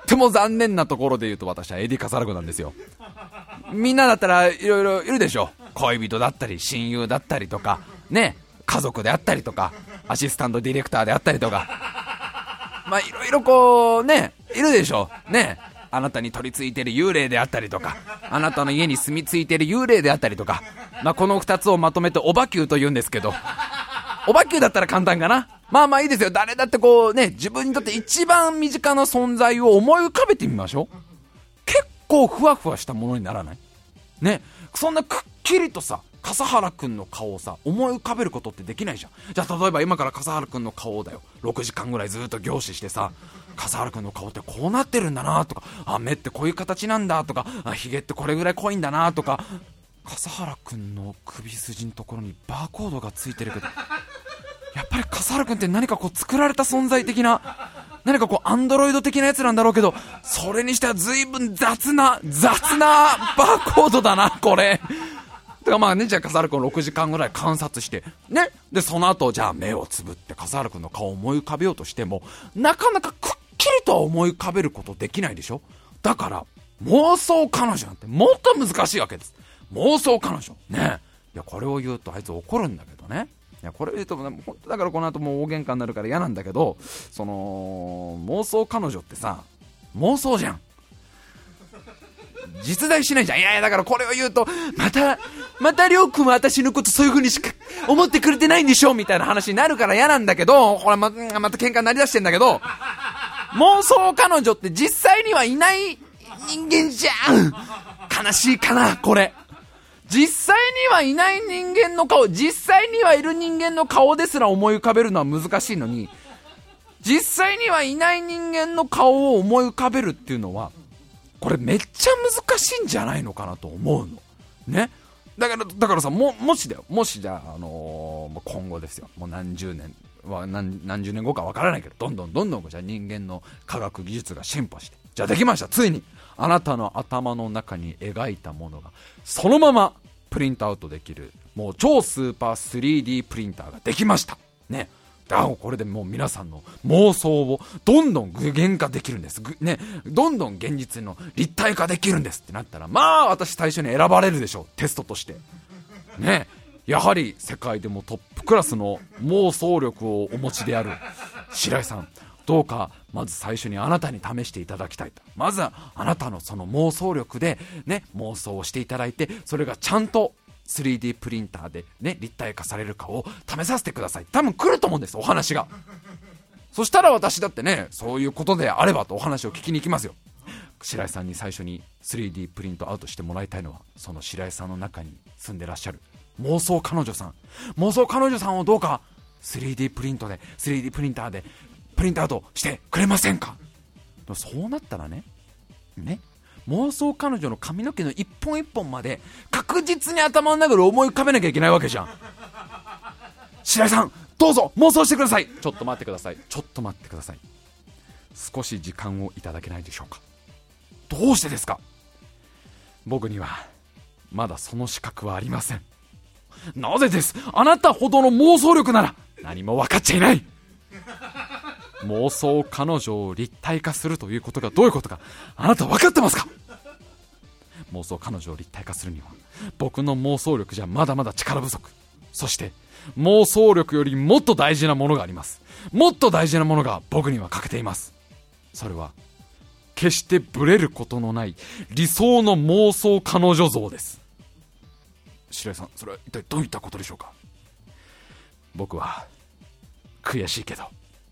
[SPEAKER 1] っても残念なところで言うと、私はエディ・カサラクなんですよ。みんなだったらいろいろいるでしょ。恋人だったり親友だったりとかね、家族であったりとかアシスタントディレクターであったりとか、まあいろいろこうね、いるでしょね。あなたに取り付いている幽霊であったりとか、あなたの家に住み着いている幽霊であったりとか、まあこの2つをまとめてオバキューと言うんですけど、オバキューだったら簡単かな。まあまあいいですよ。誰だってこうね、自分にとって一番身近な存在を思い浮かべてみましょう。結構ふわふわしたものにならないね。そんなくっきりとさ、笠原くんの顔をさ、思い浮かべることってできないじゃん。じゃあ例えば今から笠原くんの顔だよ、6時間ぐらいずっと凝視してさ、笠原くんの顔ってこうなってるんだなとか、あ、目ってこういう形なんだとか、あ、ヒゲってこれぐらい濃いんだなとか、笠原くんの首筋のところにバーコードがついてるけど、やっぱり笠原くんって何かこう作られた存在的な、何かこうアンドロイド的なやつなんだろうけど、それにしては随分雑なバーコードだなこれ。だからまあね、じゃあ笠原くん6時間ぐらい観察してね、でその後じゃあ目をつぶって笠原くんの顔を思い浮かべようとしても、なかなかくっきりとは思い浮かべることできないでしょ。だから妄想彼女なんてもっと難しいわけです。妄想彼女ね。いやこれを言うとあいつ怒るんだけどね。いやこれ言うと本当だからこの後もう大喧嘩になるから嫌なんだけど、その妄想彼女ってさ、妄想じゃん、実在しないじゃん。いやいや、だからこれを言うとまたりょうくんは私のことそういう風にしか思ってくれてないんでしょみたいな話になるから嫌なんだけど、これまた喧嘩になりだしてんだけど、妄想彼女って実際にはいない人間じゃん。悲しいかなこれ。実際にはいない人間の顔、実際にはいる人間の顔ですら思い浮かべるのは難しいのに、実際にはいない人間の顔を思い浮かべるっていうのは、これめっちゃ難しいんじゃないのかなと思うのね。だからさ、もしだよ、もしじゃあ、今後ですよ、もう何十年後かわからないけど、どんどんじゃあ人間の科学技術が進歩して、じゃあできました、ついにあなたの頭の中に描いたものがそのままプリントアウトできる、もう超スーパー 3D プリンターができましたね。これでもう皆さんの妄想をどんどん具現化できるんです、ね、どんどん現実の立体化できるんですってなったら、まあ私最初に選ばれるでしょう、テストとしてね。やはり世界でもトップクラスの妄想力をお持ちである白井さん、どうかまず最初にあなたに試していただきたいと。まずはあなたのその妄想力でね、妄想をしていただいて、それがちゃんと 3D プリンターでね、立体化されるかを試させてください。多分来ると思うんです、お話が。そしたら私だってね、そういうことであればとお話を聞きに行きますよ。白井さんに最初に 3D プリントアウトしてもらいたいのは、その白井さんの中に住んでらっしゃる妄想彼女さんをどうか 3D プリンターでプリントアウトしてくれませんか。そうなったらね、妄想彼女の髪の毛の一本一本まで確実に頭の中で思い浮かべなきゃいけないわけじゃん。白井さんどうぞ妄想してください。ちょっと待ってください。少し時間をいただけないでしょうか。どうしてですか。僕にはまだその資格はありません。なぜです。あなたほどの妄想力なら何も分かっちゃいない。妄想彼女を立体化するということがどういうことかあなた分かってますか。妄想彼女を立体化するには僕の妄想力じゃまだまだ力不足。そして妄想力よりもっと大事なものがあります。もっと大事なものが僕には欠けています。それは決してブレることのない理想の妄想彼女像です。白井さん、それは一体どういったことでしょうか。僕は悔しいけど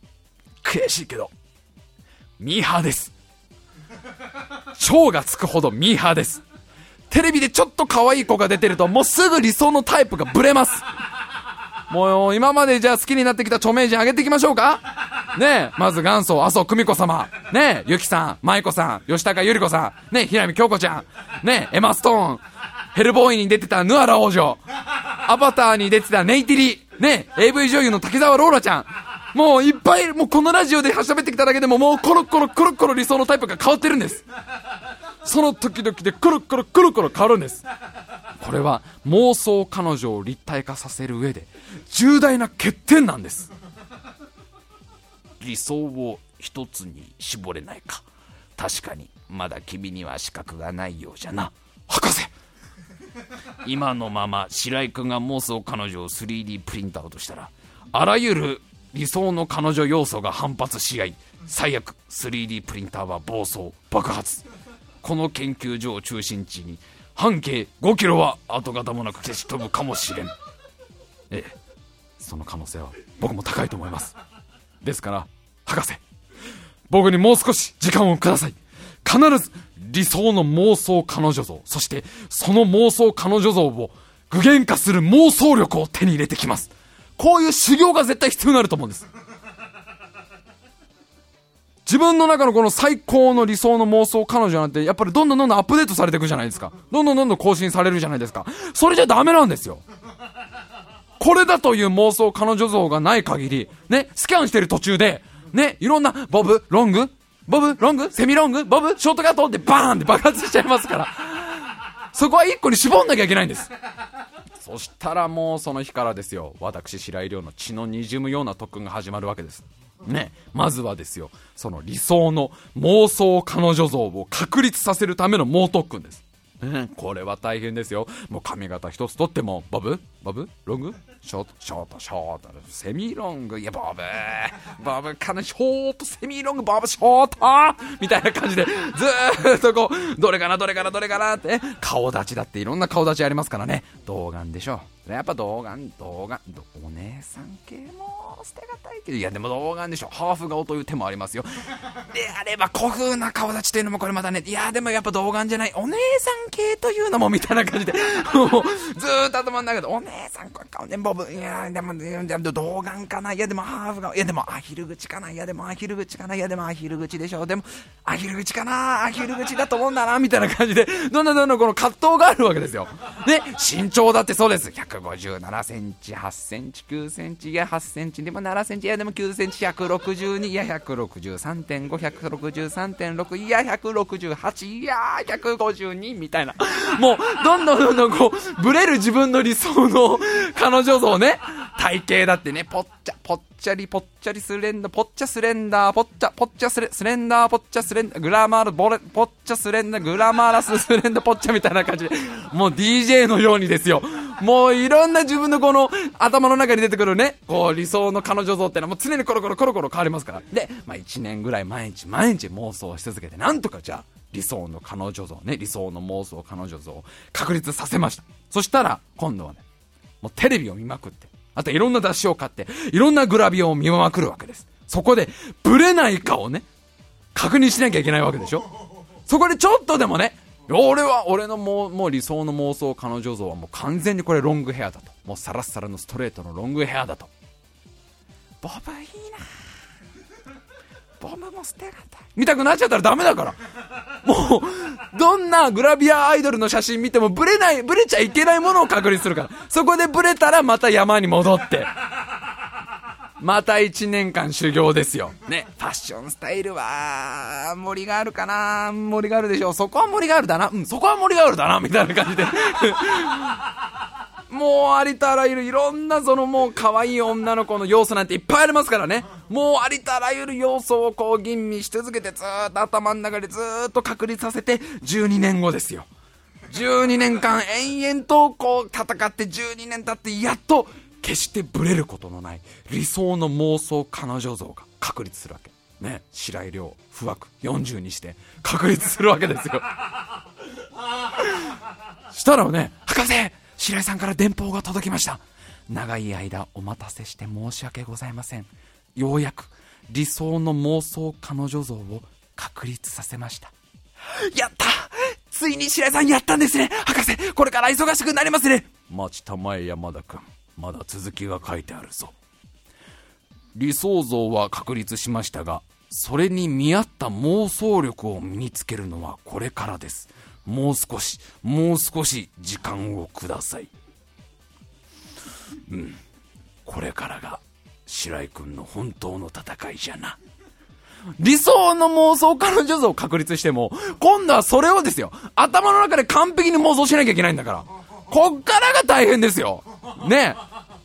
[SPEAKER 1] ミーハーです。超がつくほどミーハーです。テレビでちょっと可愛い子が出てるともうすぐ理想のタイプがブレます。もう今までじゃあ好きになってきた著名人あげていきましょうかね。まず元祖麻生久美子様ね、ゆきさん、舞子さん、吉高由里子さんね、平見京子ちゃんね、エマストーン、ヘルボーイに出てたヌアラ王女、アバターに出てたネイティリね、 AV 女優の滝沢ローラちゃん、もういっぱい、もうこのラジオで喋ってきただけでももうコロコロ理想のタイプが変わってるんです。その時々でコロコロ変わるんです。これは妄想彼女を立体化させる上で重大な欠点なんです。理想を一つに絞れないか。 確かにまだ君には資格がないようじゃな。博士、今のまま白井君が妄想彼女を 3D プリントアウトしたら、あらゆる理想の彼女要素が反発し合い、最悪 3D プリンターは暴走爆発。この研究所を中心地に半径5キロは跡形もなく消し飛ぶかもしれん。ええ、その可能性は僕も高いと思います。ですから博士、僕にもう少し時間をください。必ず理想の妄想彼女像、そしてその妄想彼女像を具現化する妄想力を手に入れてきます。こういう修行が絶対必要になると思うんです。自分の中のこの最高の理想の妄想彼女なんてやっぱりどんどんアップデートされていくじゃないですか。どんどん更新されるじゃないですか。それじゃダメなんですよ。これだという妄想彼女像がない限りね、スキャンしてる途中でね、いろんなボブロングセミロングボブショートカットでバーンって爆発しちゃいますから、そこは一個に絞んなきゃいけないんです。そしたらもうその日からですよ、私白井亮の血の滲むような特訓が始まるわけですね。まずはですよ、その理想の妄想彼女像を確立させるための猛特訓です。これは大変ですよ。もう髪型一つとってもボブロングショートセミロング、いやボブかな、ショートセミロングボブショートみたいな感じでずーっとこうどれかなって顔立ちだっていろんな顔立ちありますからね。童顔でしょう、やっぱ童顔お姉さん系も捨てがたいけど、いやでも童顔でしょ。ハーフ顔という手もありますよ。であれば古風な顔立ちというのもこれまたね、いやでもやっぱ童顔じゃないお姉さん系というのもみたいな感じでもうずーっと頭の中でお姉さん顔ねボブ、いやでも童顔かな、いやでもハーフ顔、いやでもアヒル口かな、いやでもアヒル口かな、いやでもアヒル口でしょ、でもアヒル口かな、アヒル口だと思うんだなみたいな感じでどんどんこの葛藤があるわけですよ。で身長だってそうです。157センチ8センチ9センチ、いや8センチでも7センチ、いやでも9センチ162、いや 163.5 163.6、いや168、いや152みたいな、もうどんどんこうブレる自分の理想の彼女像ね。体型だってね、ぽっちゃりスレンダー、ぽっちゃスレンダー、スレンダー、グラマールぽっちゃスレンダー、グラマーラススレンダーぽっちゃみたいな感じで、もう DJ のようにですよ。もういろんな自分のこの頭の中に出てくるね、こう理想の彼女像ってのはもう常にコロコロ変わりますから。で、1年ぐらい毎日妄想し続けて、なんとかじゃあ理想の彼女像ね、理想の妄想彼女像を確立させました。そしたら今度はね、もうテレビを見まくって、あといろんな雑誌を買っていろんなグラビアを見まくるわけです。そこでブレないかをね確認しなきゃいけないわけでしょ。そこでちょっとでもね、俺のもう理想の妄想彼女像はもう完全にこれロングヘアだと、もうサラッサラのストレートのロングヘアだと、ボブいいな、ボブも捨てがたい見たくなっちゃったらダメだから、もうどんなグラビアアイドルの写真見てもブレちゃいけないものを確立するから、そこでブレたらまた山に戻ってまた1年間修行ですよね。ファッションスタイルは森があるかな、森があるでしょう、そこは森があるだな、そこは森があるだなみたいな感じでもうありとあらゆるいろんなそのもう可愛い女の子の要素なんていっぱいありますからね。もうありとあらゆる要素をこう吟味し続けてずーっと頭の中でずーっと確立させて12年後ですよ。12年間延々とこう戦って12年経ってやっと決してブレることのない理想の妄想彼女像が確立するわけね。白井亮不惑40にして確立するわけですよしたらね、博士白井さんから電報が届きました。長い間お待たせして申し訳ございません。ようやく理想の妄想彼女像を確立させました。やった、ついに白井さんやったんですね。博士これから忙しくなりますね。待ちたまえ山田君、まだ続きが書いてあるぞ。理想像は確立しましたが、それに見合った妄想力を身につけるのはこれからです。もう少し時間をください。これからが白井君の本当の戦いじゃな。理想の妄想彼女像を確立しても、今度はそれをですよ、頭の中で完璧に妄想しなきゃいけないんだから、こっからが大変ですよね。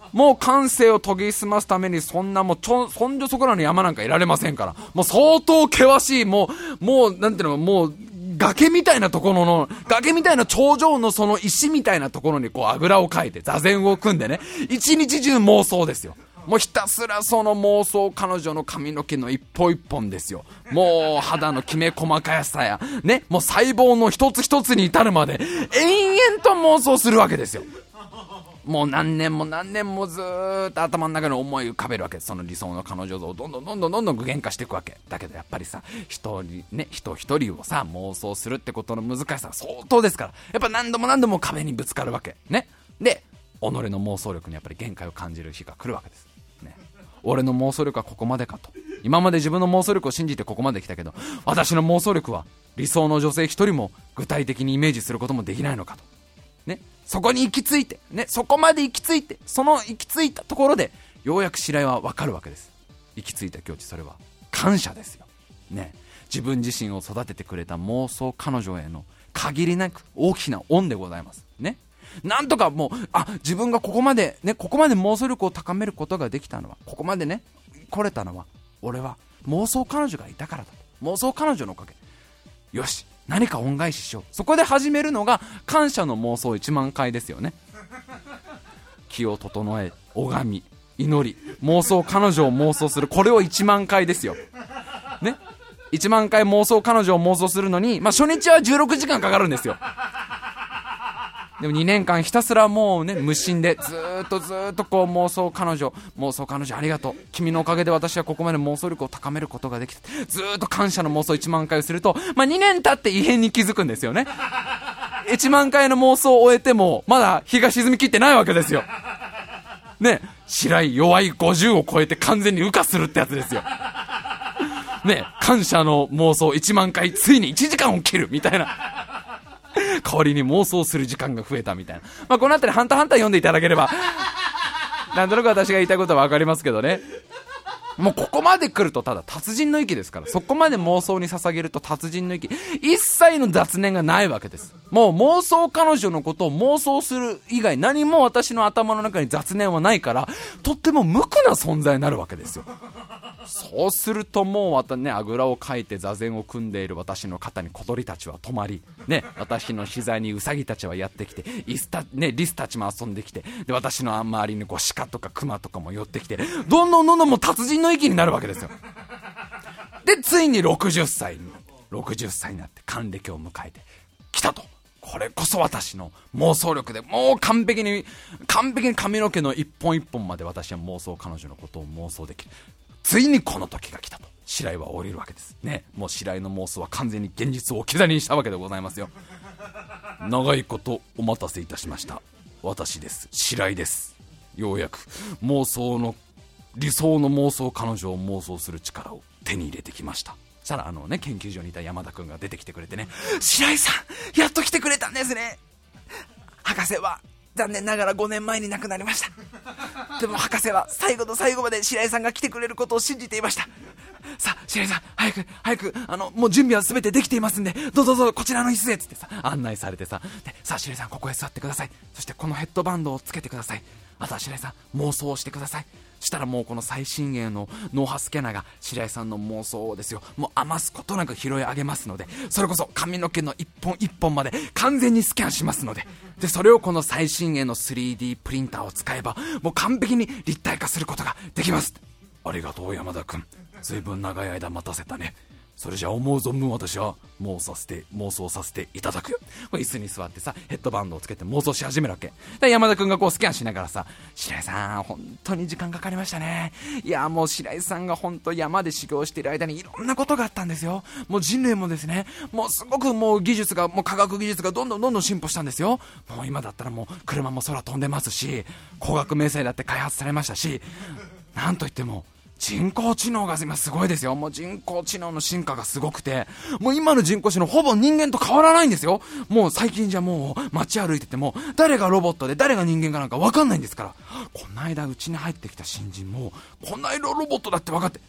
[SPEAKER 1] もう感性を研ぎ澄ますためにそんなもうそんじょそこらの山なんかいられませんから、もう相当険しい、もうなんていうの、もう崖みたいなところの、崖みたいな頂上のその石みたいなところにこうあぐらをかいて座禅を組んでね、一日中妄想ですよ。もうひたすらその妄想、彼女の髪の毛の一本一本ですよ。もう肌のきめ細かさやね、もう細胞の一つ一つに至るまで延々と妄想するわけですよ。もう何年も何年もずーっと頭の中に思い浮かべるわけです。その理想の彼女像をどんどん具現化していくわけだけど、やっぱりさ、人一人をさ妄想するってことの難しさは相当ですから、やっぱ何度も壁にぶつかるわけね。で、己の妄想力にやっぱり限界を感じる日が来るわけですね。俺の妄想力はここまでかと。今まで自分の妄想力を信じてここまで来たけど、私の妄想力は理想の女性一人も具体的にイメージすることもできないのかとね。そこに行き着いてね、そこまで行き着いて、その行き着いたところでようやく白井は分かるわけです。行き着いた境地、それは感謝ですよね。自分自身を育ててくれた妄想彼女への限りなく大きな恩でございますね。なんとかもう自分がここまで妄想力を高めることができたのは、ここまでね来れたのは、俺は妄想彼女がいたからだと。妄想彼女のおかげ。よし、何か恩返ししよう。そこで始めるのが感謝の妄想1万回ですよね。気を整え、拝み、祈り、妄想彼女を妄想する、これを1万回ですよね。1万回妄想彼女を妄想するのに、初日は16時間かかるんですよ。でも2年間ひたすらもうね、無心でずーっとこう妄想彼女ありがとう、君のおかげで私はここまで妄想力を高めることができた、ずーっと感謝の妄想1万回をすると、2年経って異変に気づくんですよね。1万回の妄想を終えてもまだ日が沈みきってないわけですよね。白い弱い50を超えて完全に羽化するってやつですよね。感謝の妄想1万回、ついに1時間を切るみたいな代わりに妄想する時間が増えたみたいな。このあたりハンターハンター読んでいただければなんとなく私が言いたいことは分かりますけどね。もうここまで来るとただ達人の域ですから、そこまで妄想に捧げると達人の域、一切の雑念がないわけです。もう妄想彼女のことを妄想する以外何も私の頭の中に雑念はないから、とっても無垢な存在になるわけですよ。そうするともうまたね、あぐらをかいて座禅を組んでいる私の肩に小鳥たちは止まり、ね、私の膝にウサギたちはやってきて、リスたちも遊んできて、で私の周りに鹿とかクマとかも寄ってきて、どんどんもう達人の域になるわけですよ。でついに60歳になって還暦を迎えてきたと。これこそ私の妄想力で、もう完璧に髪の毛の一本一本まで私は妄想彼女のことを妄想できる。ついにこの時が来たと白井は降りるわけですね。もう白井の妄想は完全に現実を置き去りにしたわけでございますよ。長いことお待たせいたしました。私です、白井です。ようやく理想の妄想彼女を妄想する力を手に入れてきました。そしたら研究所にいた山田くんが出てきてくれてね、白井さんやっと来てくれたんですね。博士は残念ながら5年前に亡くなりました。でも博士は最後の最後まで白井さんが来てくれることを信じていました。さあ白井さん早くもう準備は全てできていますんで、どうぞこちらの椅子へっつってさ案内されてさ、でさあ白井さんここへ座ってください。そしてこのヘッドバンドをつけてください。あとは白井さん妄想をしてください。したらもうこの最新鋭の脳波スキャナーが白井さんの妄想をですよ、もう余すことなく拾い上げますので、それこそ髪の毛の一本一本まで完全にスキャンしますので、それをこの最新鋭の 3D プリンターを使えばもう完璧に立体化することができます。ありがとう山田君、ずいぶん長い間待たせたね。それじゃ思う存分私は妄想させていただくよ。これ椅子に座ってさヘッドバンドをつけて妄想し始めるわけで、山田くんがこうスキャンしながらさ、白井さん本当に時間かかりましたね。いやもう白井さんが本当山で修行している間にいろんなことがあったんですよ。もう人類もですね、もうすごくもう科学技術がどんどん進歩したんですよ。もう今だったらもう車も空飛んでますし、光学迷彩だって開発されましたし、なんといっても人工知能が今すごいですよ。もう人工知能の進化がすごくて、もう今の人工知能ほぼ人間と変わらないんですよ。もう最近じゃもう街歩いてても誰がロボットで誰が人間かなんか分かんないんですから。この間うちに入ってきた新人もこんな色ロボットだって分かって。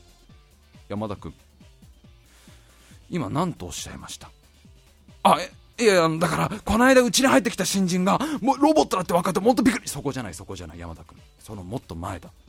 [SPEAKER 1] 山田君今何とおっしゃいました？ いやだからこの間うちに入ってきた新人がもうロボットだって分かってもっとびっくり。そこじゃない山田君、そのもっと前だ。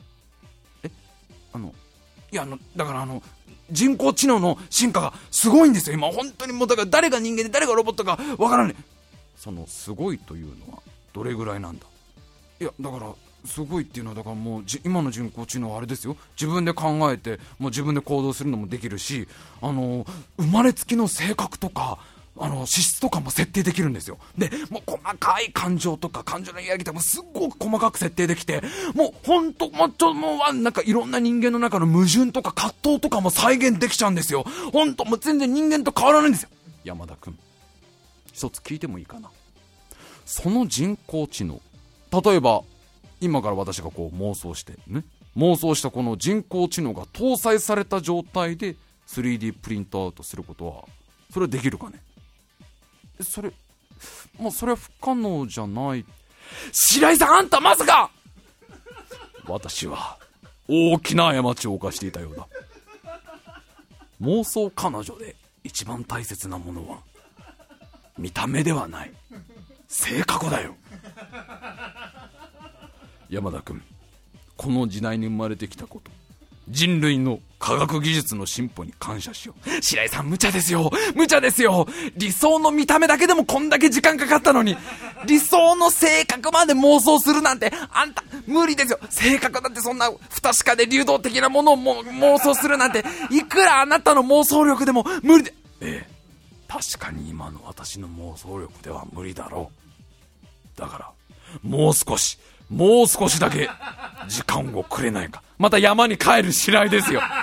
[SPEAKER 1] だから人工知能の進化がすごいんですよ今本当に。もうだから誰が人間で誰がロボットか分からない。そのすごいというのはどれぐらいなんだ。いやだからすごいっていうのはだからもう今の人工知能はあれですよ、自分で考えてもう自分で行動するのもできるし、生まれつきの性格とか資質とかも設定できるんですよ。でもう細かい感情とか感情のやり方もすっごく細かく設定できて、もう本当もうなんかいろんな人間の中の矛盾とか葛藤とかも再現できちゃうんですよ。本当もう全然人間と変わらないんですよ。山田君一つ聞いてもいいかな。その人工知能、例えば今から私がこう妄想してね、妄想したこの人工知能が搭載された状態で 3D プリントアウトすることはそれはできるかね。それは不可能じゃない。白井さん、あんたまさか。私は大きな過ちを犯していたようだ。妄想彼女で一番大切なものは見た目ではない性格だよ。山田君、この時代に生まれてきたこと、人類の科学技術の進歩に感謝しよう。白井さん無茶ですよ。理想の見た目だけでもこんだけ時間かかったのに、理想の性格まで妄想するなんてあんた無理ですよ。性格だってそんな不確かで流動的なものを妄想するなんていくらあなたの妄想力でも無理で。確かに今の私の妄想力では無理だろう。だからもう少しだけ時間をくれないか。また山に帰る白井ですよ。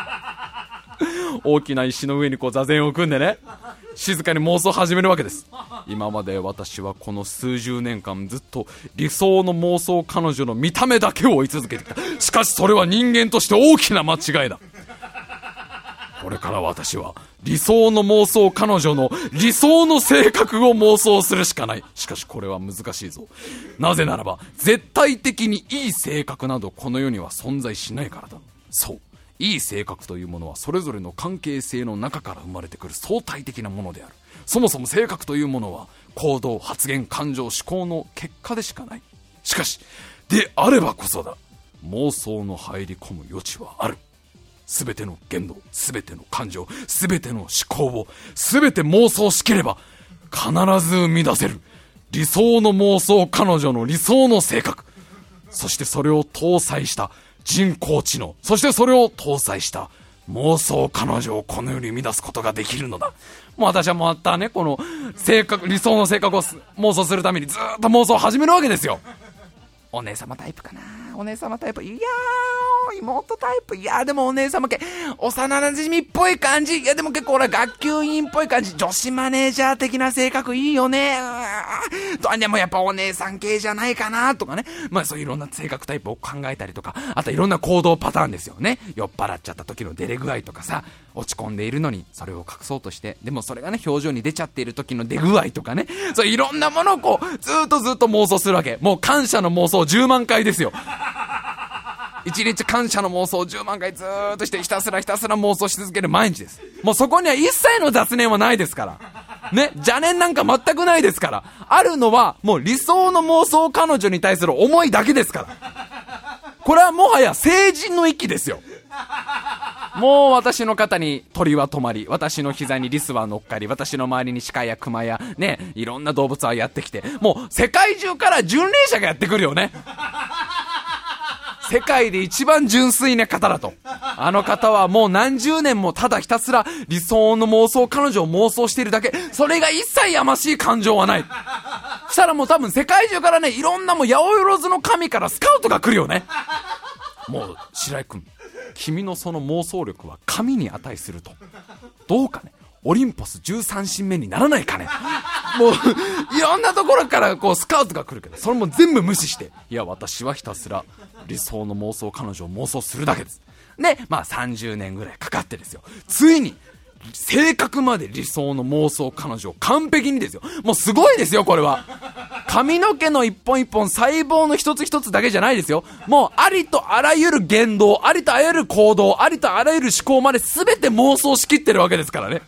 [SPEAKER 1] 大きな石の上にこう座禅を組んでね、静かに妄想を始めるわけです。今まで私はこの数十年間ずっと理想の妄想彼女の見た目だけを追い続けてきた。しかしそれは人間として大きな間違いだ。これから私は理想の妄想彼女の理想の性格を妄想するしかない。しかしこれは難しいぞ。なぜならば絶対的にいい性格などこの世には存在しないからだ。そう、いい性格というものはそれぞれの関係性の中から生まれてくる相対的なものである。そもそも性格というものは行動、発言、感情、思考の結果でしかない。しかしであればこそだ、妄想の入り込む余地はある。すべての言動、すべての感情、すべての思考をすべて妄想しきれば必ず生み出せる理想の妄想彼女の理想の性格、そしてそれを搭載した人工知能、そしてそれを搭載した妄想彼女をこの世に生み出すことができるのだ。もう私はまたね、この性格、理想の性格を妄想するためにずっと妄想を始めるわけですよ。お姉様タイプかな、お姉様タイプ、いやー妹タイプ、いやーでもお姉様系幼馴染っぽい感じ、いやでも結構学級委員っぽい感じ、女子マネージャー的な性格いいよね、でもやっぱお姉さん系じゃないかなとかね、まあそういういろんな性格タイプを考えたりとか、あといろんな行動パターンですよね。酔っ払っちゃった時の出れ具合とかさ、落ち込んでいるのにそれを隠そうとしてでもそれがね表情に出ちゃっている時の出具合とかね、そういろんなものをこうずっと妄想するわけ。もう感謝の妄想10万回ですよ。一日感謝の妄想を10万回ずーっとしてひたすら妄想し続ける毎日です。もうそこには一切の雑念はないですからね、邪念なんか全くないですから。あるのはもう理想の妄想彼女に対する思いだけですから。これはもはや成人の域ですよ。もう私の肩に鳥は止まり、私の膝にリスは乗っかり、私の周りに鹿や熊やね、いろんな動物はやってきて、もう世界中から巡礼者がやってくるよね。世界で一番純粋な方だと。あの方はもう何十年もただひたすら理想の妄想彼女を妄想しているだけ。それが一切やましい感情はない。そしたらもう多分世界中からね、いろんなもう八百万の神からスカウトが来るよね。もう白井君、君のその妄想力は神に値すると。どうかね、オリンポス13神目にならないかね。もういろんなところからこうスカウトが来るけど、それも全部無視して、いや私はひたすら理想の妄想彼女を妄想するだけです。でまあ30年ぐらいかかってですよ、ついに性格まで理想の妄想彼女を完璧にですよ。もうすごいですよこれは。髪の毛の一本一本、細胞の一つ一つだけじゃないですよ。もうありとあらゆる言動、ありとあらゆる行動、ありとあらゆる思考まで全て妄想しきってるわけですからね。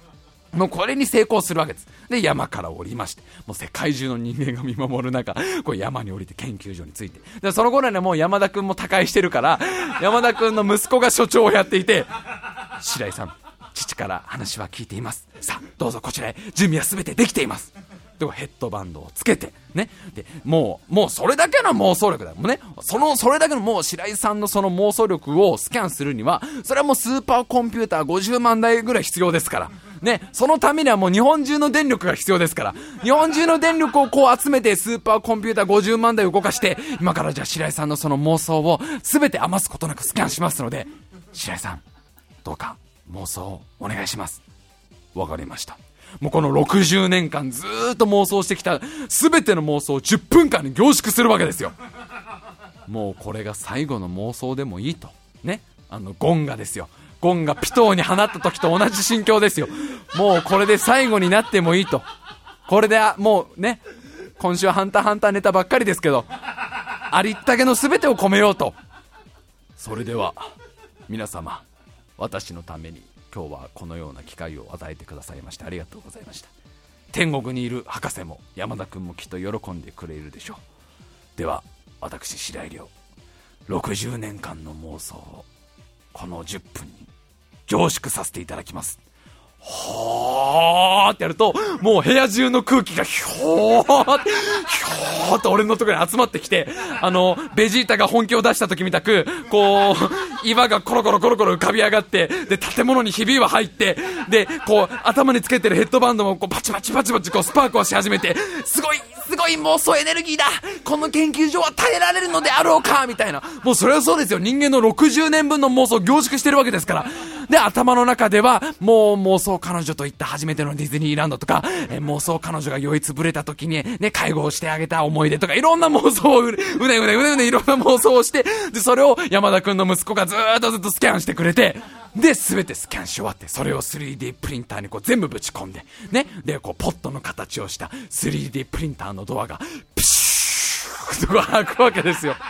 [SPEAKER 1] もうこれに成功するわけです。で、山から降りまして、もう世界中の人間が見守る中、こう山に降りて研究所に着いて、でその頃にはもう山田くんも他界してるから、山田くんの息子が所長をやっていて、白井さん、父から話は聞いています。さあ、どうぞこちらへ、準備はすべてできています。でヘッドバンドをつけてね、でもうそれだけの妄想力だもんね。それだけのもう白井さんのその妄想力をスキャンするには、それはもうスーパーコンピューター50万台ぐらい必要ですからね。そのためにはもう日本中の電力が必要ですから、日本中の電力をこう集めてスーパーコンピューター50万台を動かして、今からじゃあ白井さんのその妄想を全て余すことなくスキャンしますので、白井さんどうか妄想をお願いします。わかりました。もうこの60年間ずーっと妄想してきた全ての妄想を10分間に凝縮するわけですよ。もうこれが最後の妄想でもいいとね、ゴンがですよ、ゴンがピトーに放った時と同じ心境ですよ。もうこれで最後になってもいいと、これでもうね、今週はハンターハンターネタばっかりですけど、ありったけの全てを込めようと。それでは皆様、私のために今日はこのような機会を与えてくださいましてありがとうございました。天国にいる博士も山田くんもきっと喜んでくれるでしょう。では私白井亮、60年間の妄想をこの10分に凝縮させていただきます。ほーってやると、もう部屋中の空気がひょーって俺のところに集まってきて、ベジータが本気を出した時みたく、こう岩がコロコロコロコロ浮かび上がって、で建物にひびは入って、でこう頭につけてるヘッドバンドもこうパチパチパチパチこうスパークをし始めて、すごい妄想エネルギーだ、この研究所は耐えられるのであろうかみたいな、もうそれはそうですよ、人間の60年分の妄想を凝縮してるわけですから。で頭の中ではもう妄想彼女と行った初めてのディズニーランドとか、妄想彼女が酔いつぶれた時にね、介護をしてあげた思い出とか、いろんな妄想をうねいろんな妄想をして、でそれを山田くんの息子がずっとスキャンしてくれて、で全てスキャンし終わって、それを 3D プリンターにこう全部ぶち込んでね、でこうポットの形をした 3D プリンターのドアがピシューと開くわけですよ。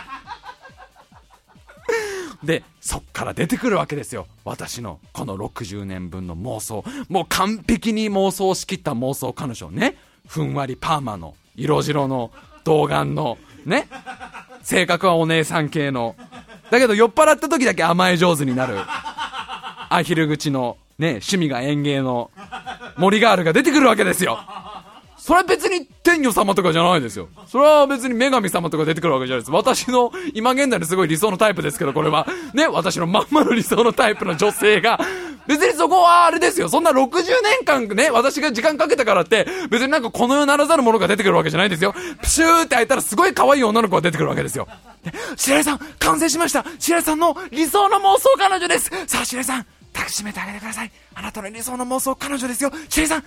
[SPEAKER 1] でそっから出てくるわけですよ、私のこの60年分の妄想。もう完璧に妄想しきった妄想彼女ね、ふんわりパーマの色白の童顔のね、性格はお姉さん系の、だけど酔っ払った時だけ甘え上手になるアヒル口のね、趣味が園芸の森ガールが出てくるわけですよ。それは別に天女様とかじゃないですよ。それは別に女神様とか出てくるわけじゃないです。私の今現在のすごい理想のタイプですけど、これはね、私のまんまの理想のタイプの女性が、別にそこはあれですよ、そんな60年間ね、私が時間かけたからって別になんかこの世ならざるものが出てくるわけじゃないですよ。プシューって開いたらすごい可愛い女の子が出てくるわけですよ。白井さん完成しました、白井さんの理想の妄想彼女です。さあ白井さん抱きしめてあげてください、あなたの理想の妄想彼女ですよ。白井さん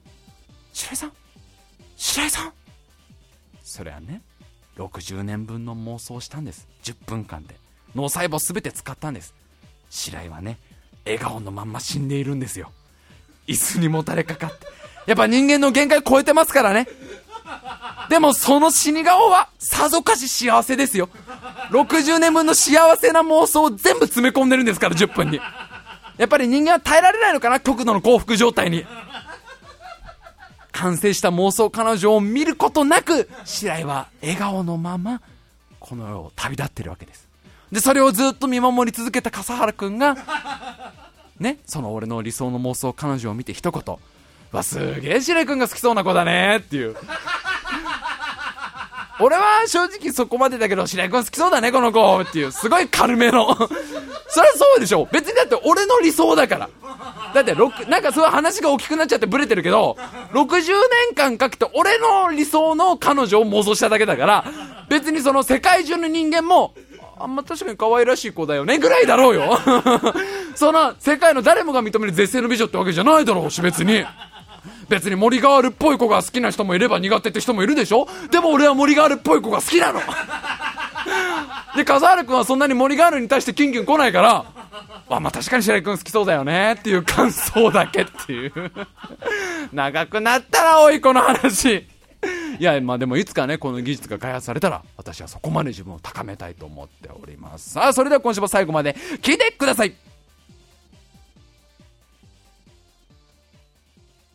[SPEAKER 1] それはね、60年分の妄想をしたんです。10分間で脳細胞すべて使ったんです。白井はね、笑顔のまんま死んでいるんですよ。椅子にもたれかかって、やっぱ人間の限界超えてますからね。でもその死に顔はさぞかし幸せですよ。60年分の幸せな妄想を全部詰め込んでるんですから、10分に。やっぱり人間は耐えられないのかな、極度の幸福状態に。完成した妄想彼女を見ることなく、白井は笑顔のままこの世を旅立ってるわけです。でそれをずっと見守り続けた笠原くんがね、その俺の理想の妄想彼女を見て一言、わ、すげえ白井くんが好きそうな子だねっていう。俺は正直そこまでだけど、白井くん好きそうだねこの子っていう、すごい軽めのそりゃそうでしょ、別にだって俺の理想だから。だってなんかすごい話が大きくなっちゃってブレてるけど、60年間かけて俺の理想の彼女を妄想しただけだから、別にその世界中の人間も確かに可愛らしい子だよねぐらいだろうよその世界の誰もが認める絶世の美女ってわけじゃないだろうし、別に森ガールっぽい子が好きな人もいれば苦手って人もいるでしょ。でも俺は森ガールっぽい子が好きなので笠原くんはそんなに森ガールに対してキュンキュン来ないから、確かに白井くん好きそうだよねっていう感想だけっていう長くなったらおいこの話。いやでもいつかね、この技術が開発されたら私はそこまで自分を高めたいと思っております。さあそれでは今週も最後まで聞いてください。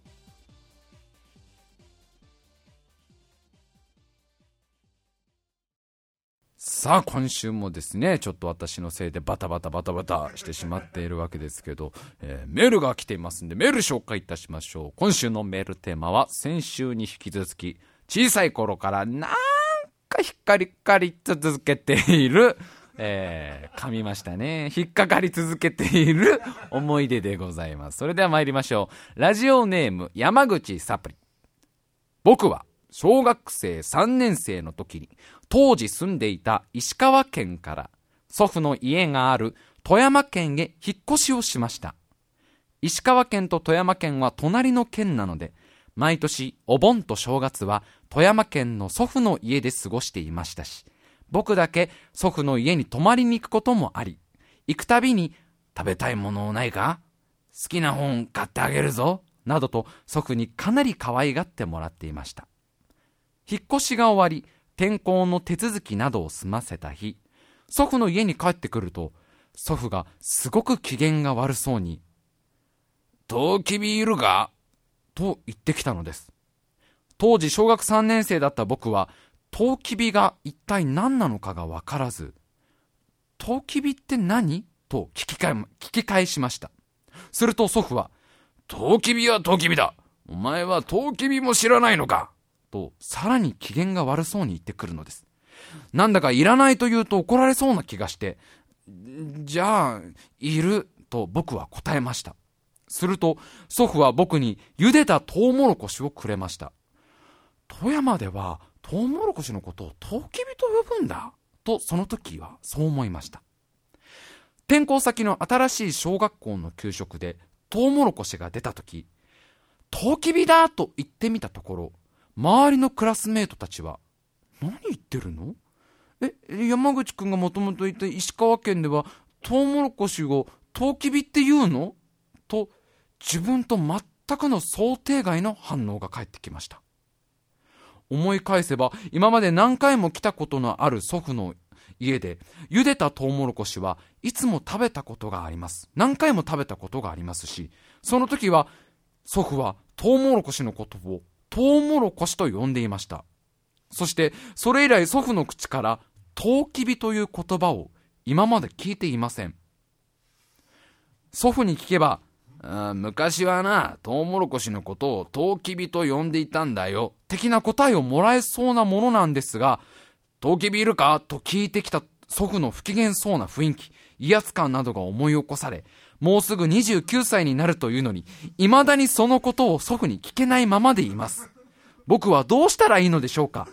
[SPEAKER 1] さあ今週もですね、ちょっと私のせいでバタバタしてしまっているわけですけど、メールが来ていますんでメール紹介いたしましょう。今週のメールテーマは先週に引き続き、小さい頃からなんか引っかかり続けている、噛みましたね。引っかかり続けている思い出でございます。それでは参りましょう。ラジオネーム山口サプリ。僕は小学生3年生の時に当時住んでいた石川県から祖父の家がある富山県へ引っ越しをしました。石川県と富山県は隣の県なので、毎年お盆と正月は富山県の祖父の家で過ごしていましたし、僕だけ祖父の家に泊まりに行くこともあり、行くたびに食べたいものないか？好きな本買ってあげるぞなどと祖父にかなり可愛がってもらっていました。引っ越しが終わり、転校の手続きなどを済ませた日、祖父の家に帰ってくると、祖父がすごく機嫌が悪そうに、トウキビいるか？と言ってきたのです。当時小学3年生だった僕は、トウキビが一体何なのかがわからず、トウキビって何？と聞き返しました。すると祖父は、トウキビはトウキビだ。お前はトウキビも知らないのか？とさらに機嫌が悪そうに言ってくるのです。なんだかいらないと言うと怒られそうな気がして、じゃあいると僕は答えました。すると祖父は僕に茹でたトウモロコシをくれました。富山ではトウモロコシのことをトウキビと呼ぶんだとその時はそう思いました。転校先の新しい小学校の給食でトウモロコシが出た時、トウキビだと言ってみたところ、周りのクラスメートたちは、何言ってるの？山口くんがもともといた石川県ではトウモロコシをトウキビって言うの？と自分と全くの想定外の反応が返ってきました。思い返せば今まで何回も来たことのある祖父の家で茹でたトウモロコシはいつも食べたことがあります。何回も食べたことがありますし、その時は祖父はトウモロコシのことをトウモロコシと呼んでいました。そしてそれ以来祖父の口からトウキビという言葉を今まで聞いていません。祖父に聞けば、昔はな、トウモロコシのことをトウキビと呼んでいたんだよ的な答えをもらえそうなものなんですが、トウキビいるかと聞いてきた祖父の不機嫌そうな雰囲気、威圧感などが思い起こされ、もうすぐ29歳になるというのに、未だにそのことを祖父に聞けないままでいます。僕はどうしたらいいのでしょうか？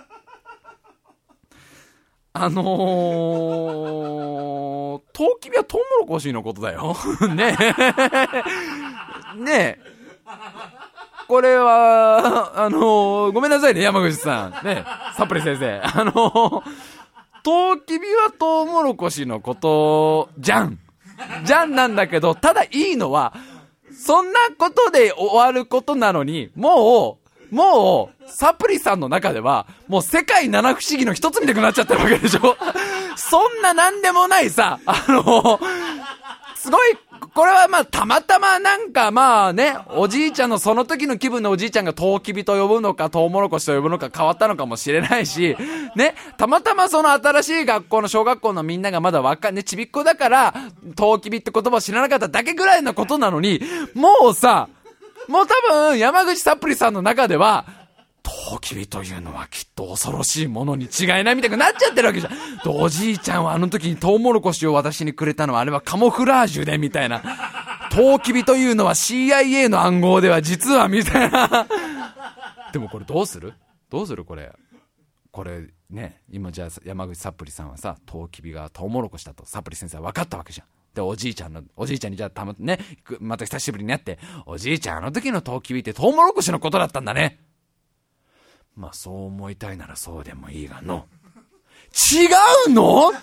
[SPEAKER 1] トウキビはトウモロコシのことだよ。ねえ。ねえ。これは、ごめんなさいね、山口さん。ねえ、サプリ先生。トウキビはトウモロコシのことじゃんなんだけど、ただいいのはそんなことで終わることなのに、もうサプリさんの中ではもう世界七不思議の一つみたいになっちゃってるわけでしょ。そんななんでもないさ、すごい、これはまあたまたまなんかまあね、おじいちゃんのその時の気分のおじいちゃんがトウキビと呼ぶのかトウモロコシと呼ぶのか変わったのかもしれないし、ね、たまたまその新しい学校の小学校のみんながまだちびっこだからトウキビって言葉を知らなかっただけぐらいのことなのに、もう多分山口サプリさんの中ではトウキビというのはきっと恐ろしいものに違いないみたいになっちゃってるわけじゃん。おじいちゃんはあの時にトウモロコシを私にくれたのはあれはカモフラージュでみたいな。トウキビというのは CIA の暗号では実はみたいな。でもこれどうするこれね、今じゃあ山口サプリさんはさ、トウキビがトウモロコシだとサプリ先生は分かったわけじゃん。でおじいちゃんにじゃあまた久しぶりに会って、おじいちゃんあの時のトウキビってトウモロコシのことだったんだね。まあそう思いたいならそうでもいいがの。違うの？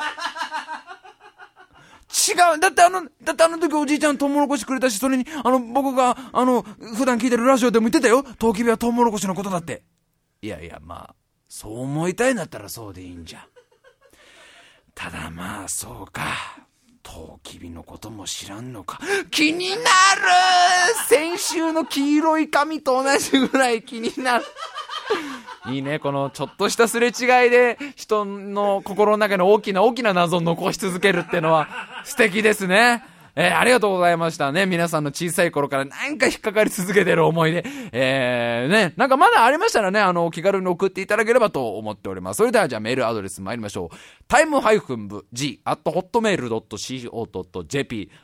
[SPEAKER 1] 違う。だってあの時おじいちゃんトウモロコシくれたし、それに僕が普段聞いてるラジオでも言ってたよ。トウキビはトウモロコシのことだって。いやまあそう思いたいんだったらそうでいいんじゃ。ただまあそうか。トウキビのことも知らんのか。気になる。先週の黄色い髪と同じぐらい気になる。 いいね、このちょっとしたすれ違いで人の心の中に大きな謎を残し続けるっていうのは素敵ですね。ありがとうございましたね。皆さんの小さい頃からなんか引っかかり続けてる思い出。ね、なんかまだありましたらね、気軽に送っていただければと思っております。それではじゃあメールアドレス参りましょう。time-g@hotmail.co.jp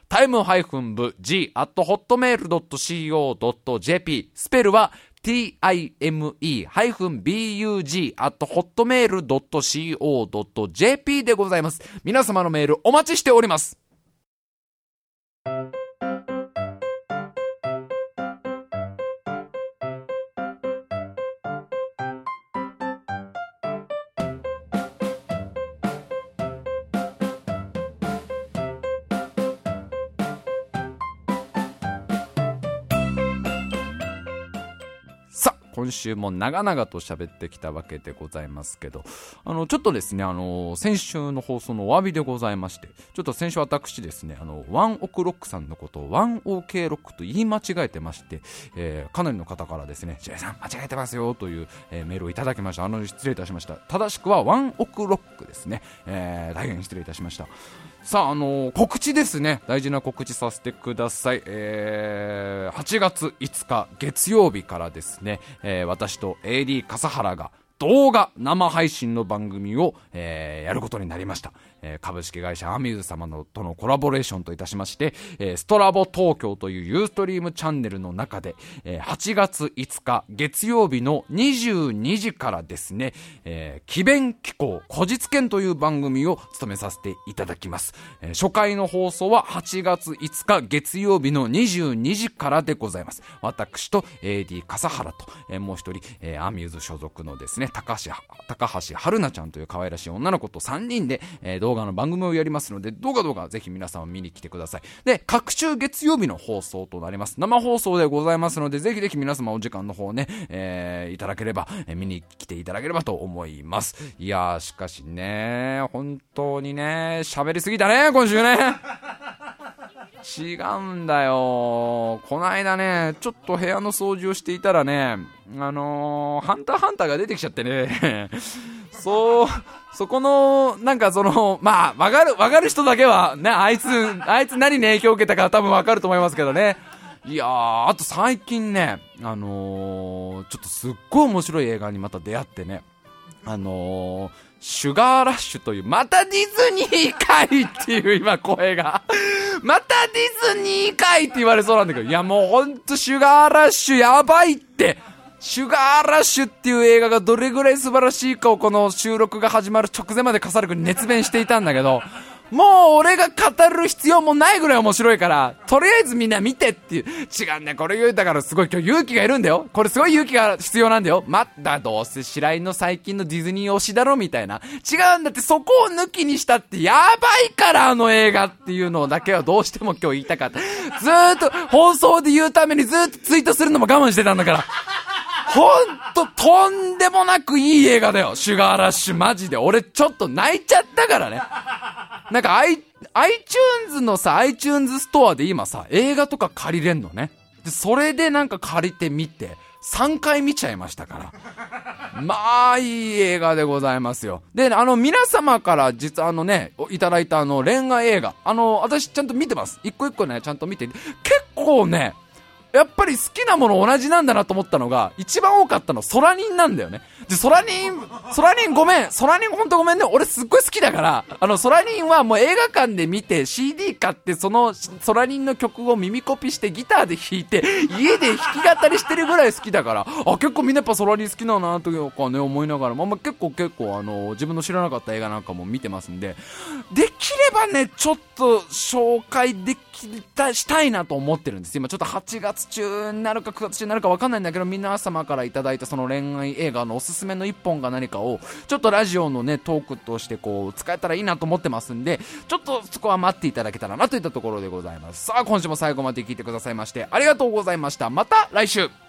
[SPEAKER 1] time-g@hotmail.co.jp スペルはtime-bug@hotmail.co.jp でございます。皆様のメールお待ちしております。今週も長々と喋ってきたわけでございますけど、ちょっとですね、先週の放送のお詫びでございまして、ちょっと先週私ですね、ワンオクロックさんのことをワンオーケーロックと言い間違えてまして、かなりの方からですね、白井さん間違えてますよという、メールをいただきました。失礼いたしました。正しくはワンオクロックですね。大変失礼いたしました。さあ、告知ですね。大事な告知させてください。8月5日月曜日からですね、私と AD 笠原が動画生配信の番組を、やることになりました。株式会社アミューズ様とのコラボレーションといたしまして、ストラボ東京というユーストリームチャンネルの中で、8月5日月曜日の22時からですね、奇弁紀行こじつけんという番組を務めさせていただきます。初回の放送は8月5日月曜日の22時からでございます。私と AD 笠原と、もう一人、アミューズ所属のですね、高橋春菜ちゃんという可愛らしい女の子と3人で、動画の番組をやりますので、どうかぜひ皆さん見に来てください。で、各週月曜日の放送となります。生放送でございますので、ぜひ皆様お時間の方ね、いただければ、見に来ていただければと思います。いやー、しかしね、本当にね、喋りすぎたね、今週ね。違うんだよ。この間ね、ちょっと部屋の掃除をしていたらね、ハンターハンターが出てきちゃってね。そこの、なんかまあ、わかる人だけは、ね、あいつ何に影響を受けたか多分わかると思いますけどね。いやー、あと最近ね、ちょっとすっごい面白い映画にまた出会ってね、シュガーラッシュという、またディズニーかいっていう今声が、またディズニーかいって言われそうなんだけど、いやもうほんとシュガーラッシュやばいって、シュガーラッシュっていう映画がどれぐらい素晴らしいかをこの収録が始まる直前まで笠原くんに熱弁していたんだけど、もう俺が語る必要もないぐらい面白いから、とりあえずみんな見てっていう。違うんだよ、これ言うだからすごい今日勇気がいるんだよ。これすごい勇気が必要なんだよ。どうせ白井の最近のディズニー推しだろみたいな。違うんだって、そこを抜きにしたってやばいからあの映画っていうのだけはどうしても今日言いたかった。ずーっと放送で言うためにずーっとツイートするのも我慢してたんだから。ほんととんでもなくいい映画だよ、シュガーラッシュ。マジで俺ちょっと泣いちゃったからね。なんかiTunes のさ、iTunes ストアで今さ、映画とか借りれんのね。で、それでなんか借りてみて、3回見ちゃいましたから。まあ、いい映画でございますよ。で、皆様から実はいただいた恋愛映画。私ちゃんと見てます。一個一個ね、ちゃんと見て。結構ね、やっぱり好きなもの同じなんだなと思ったのが、一番多かったのソラニンなんだよね。で、ソラニンごめん。ソラニンほんとごめんね。俺すっごい好きだから、ソラニンはもう映画館で見て CD 買って、そのソラニンの曲を耳コピしてギターで弾いて、家で弾き語りしてるぐらい好きだから、結構みんなやっぱソラニン好きだなというかね、思いながら、結構自分の知らなかった映画なんかも見てますんで、できればね、ちょっと紹介したいなと思ってるんです。今ちょっと8月中になるか9月中になるか分かんないんだけど、皆様からいただいたその恋愛映画のおすすめの一本が何かをちょっとラジオのねトークとして使えたらいいなと思ってますんで、ちょっとそこは待っていただけたらなといったところでございます。さあ今週も最後まで聞いてくださいましてありがとうございました。また来週。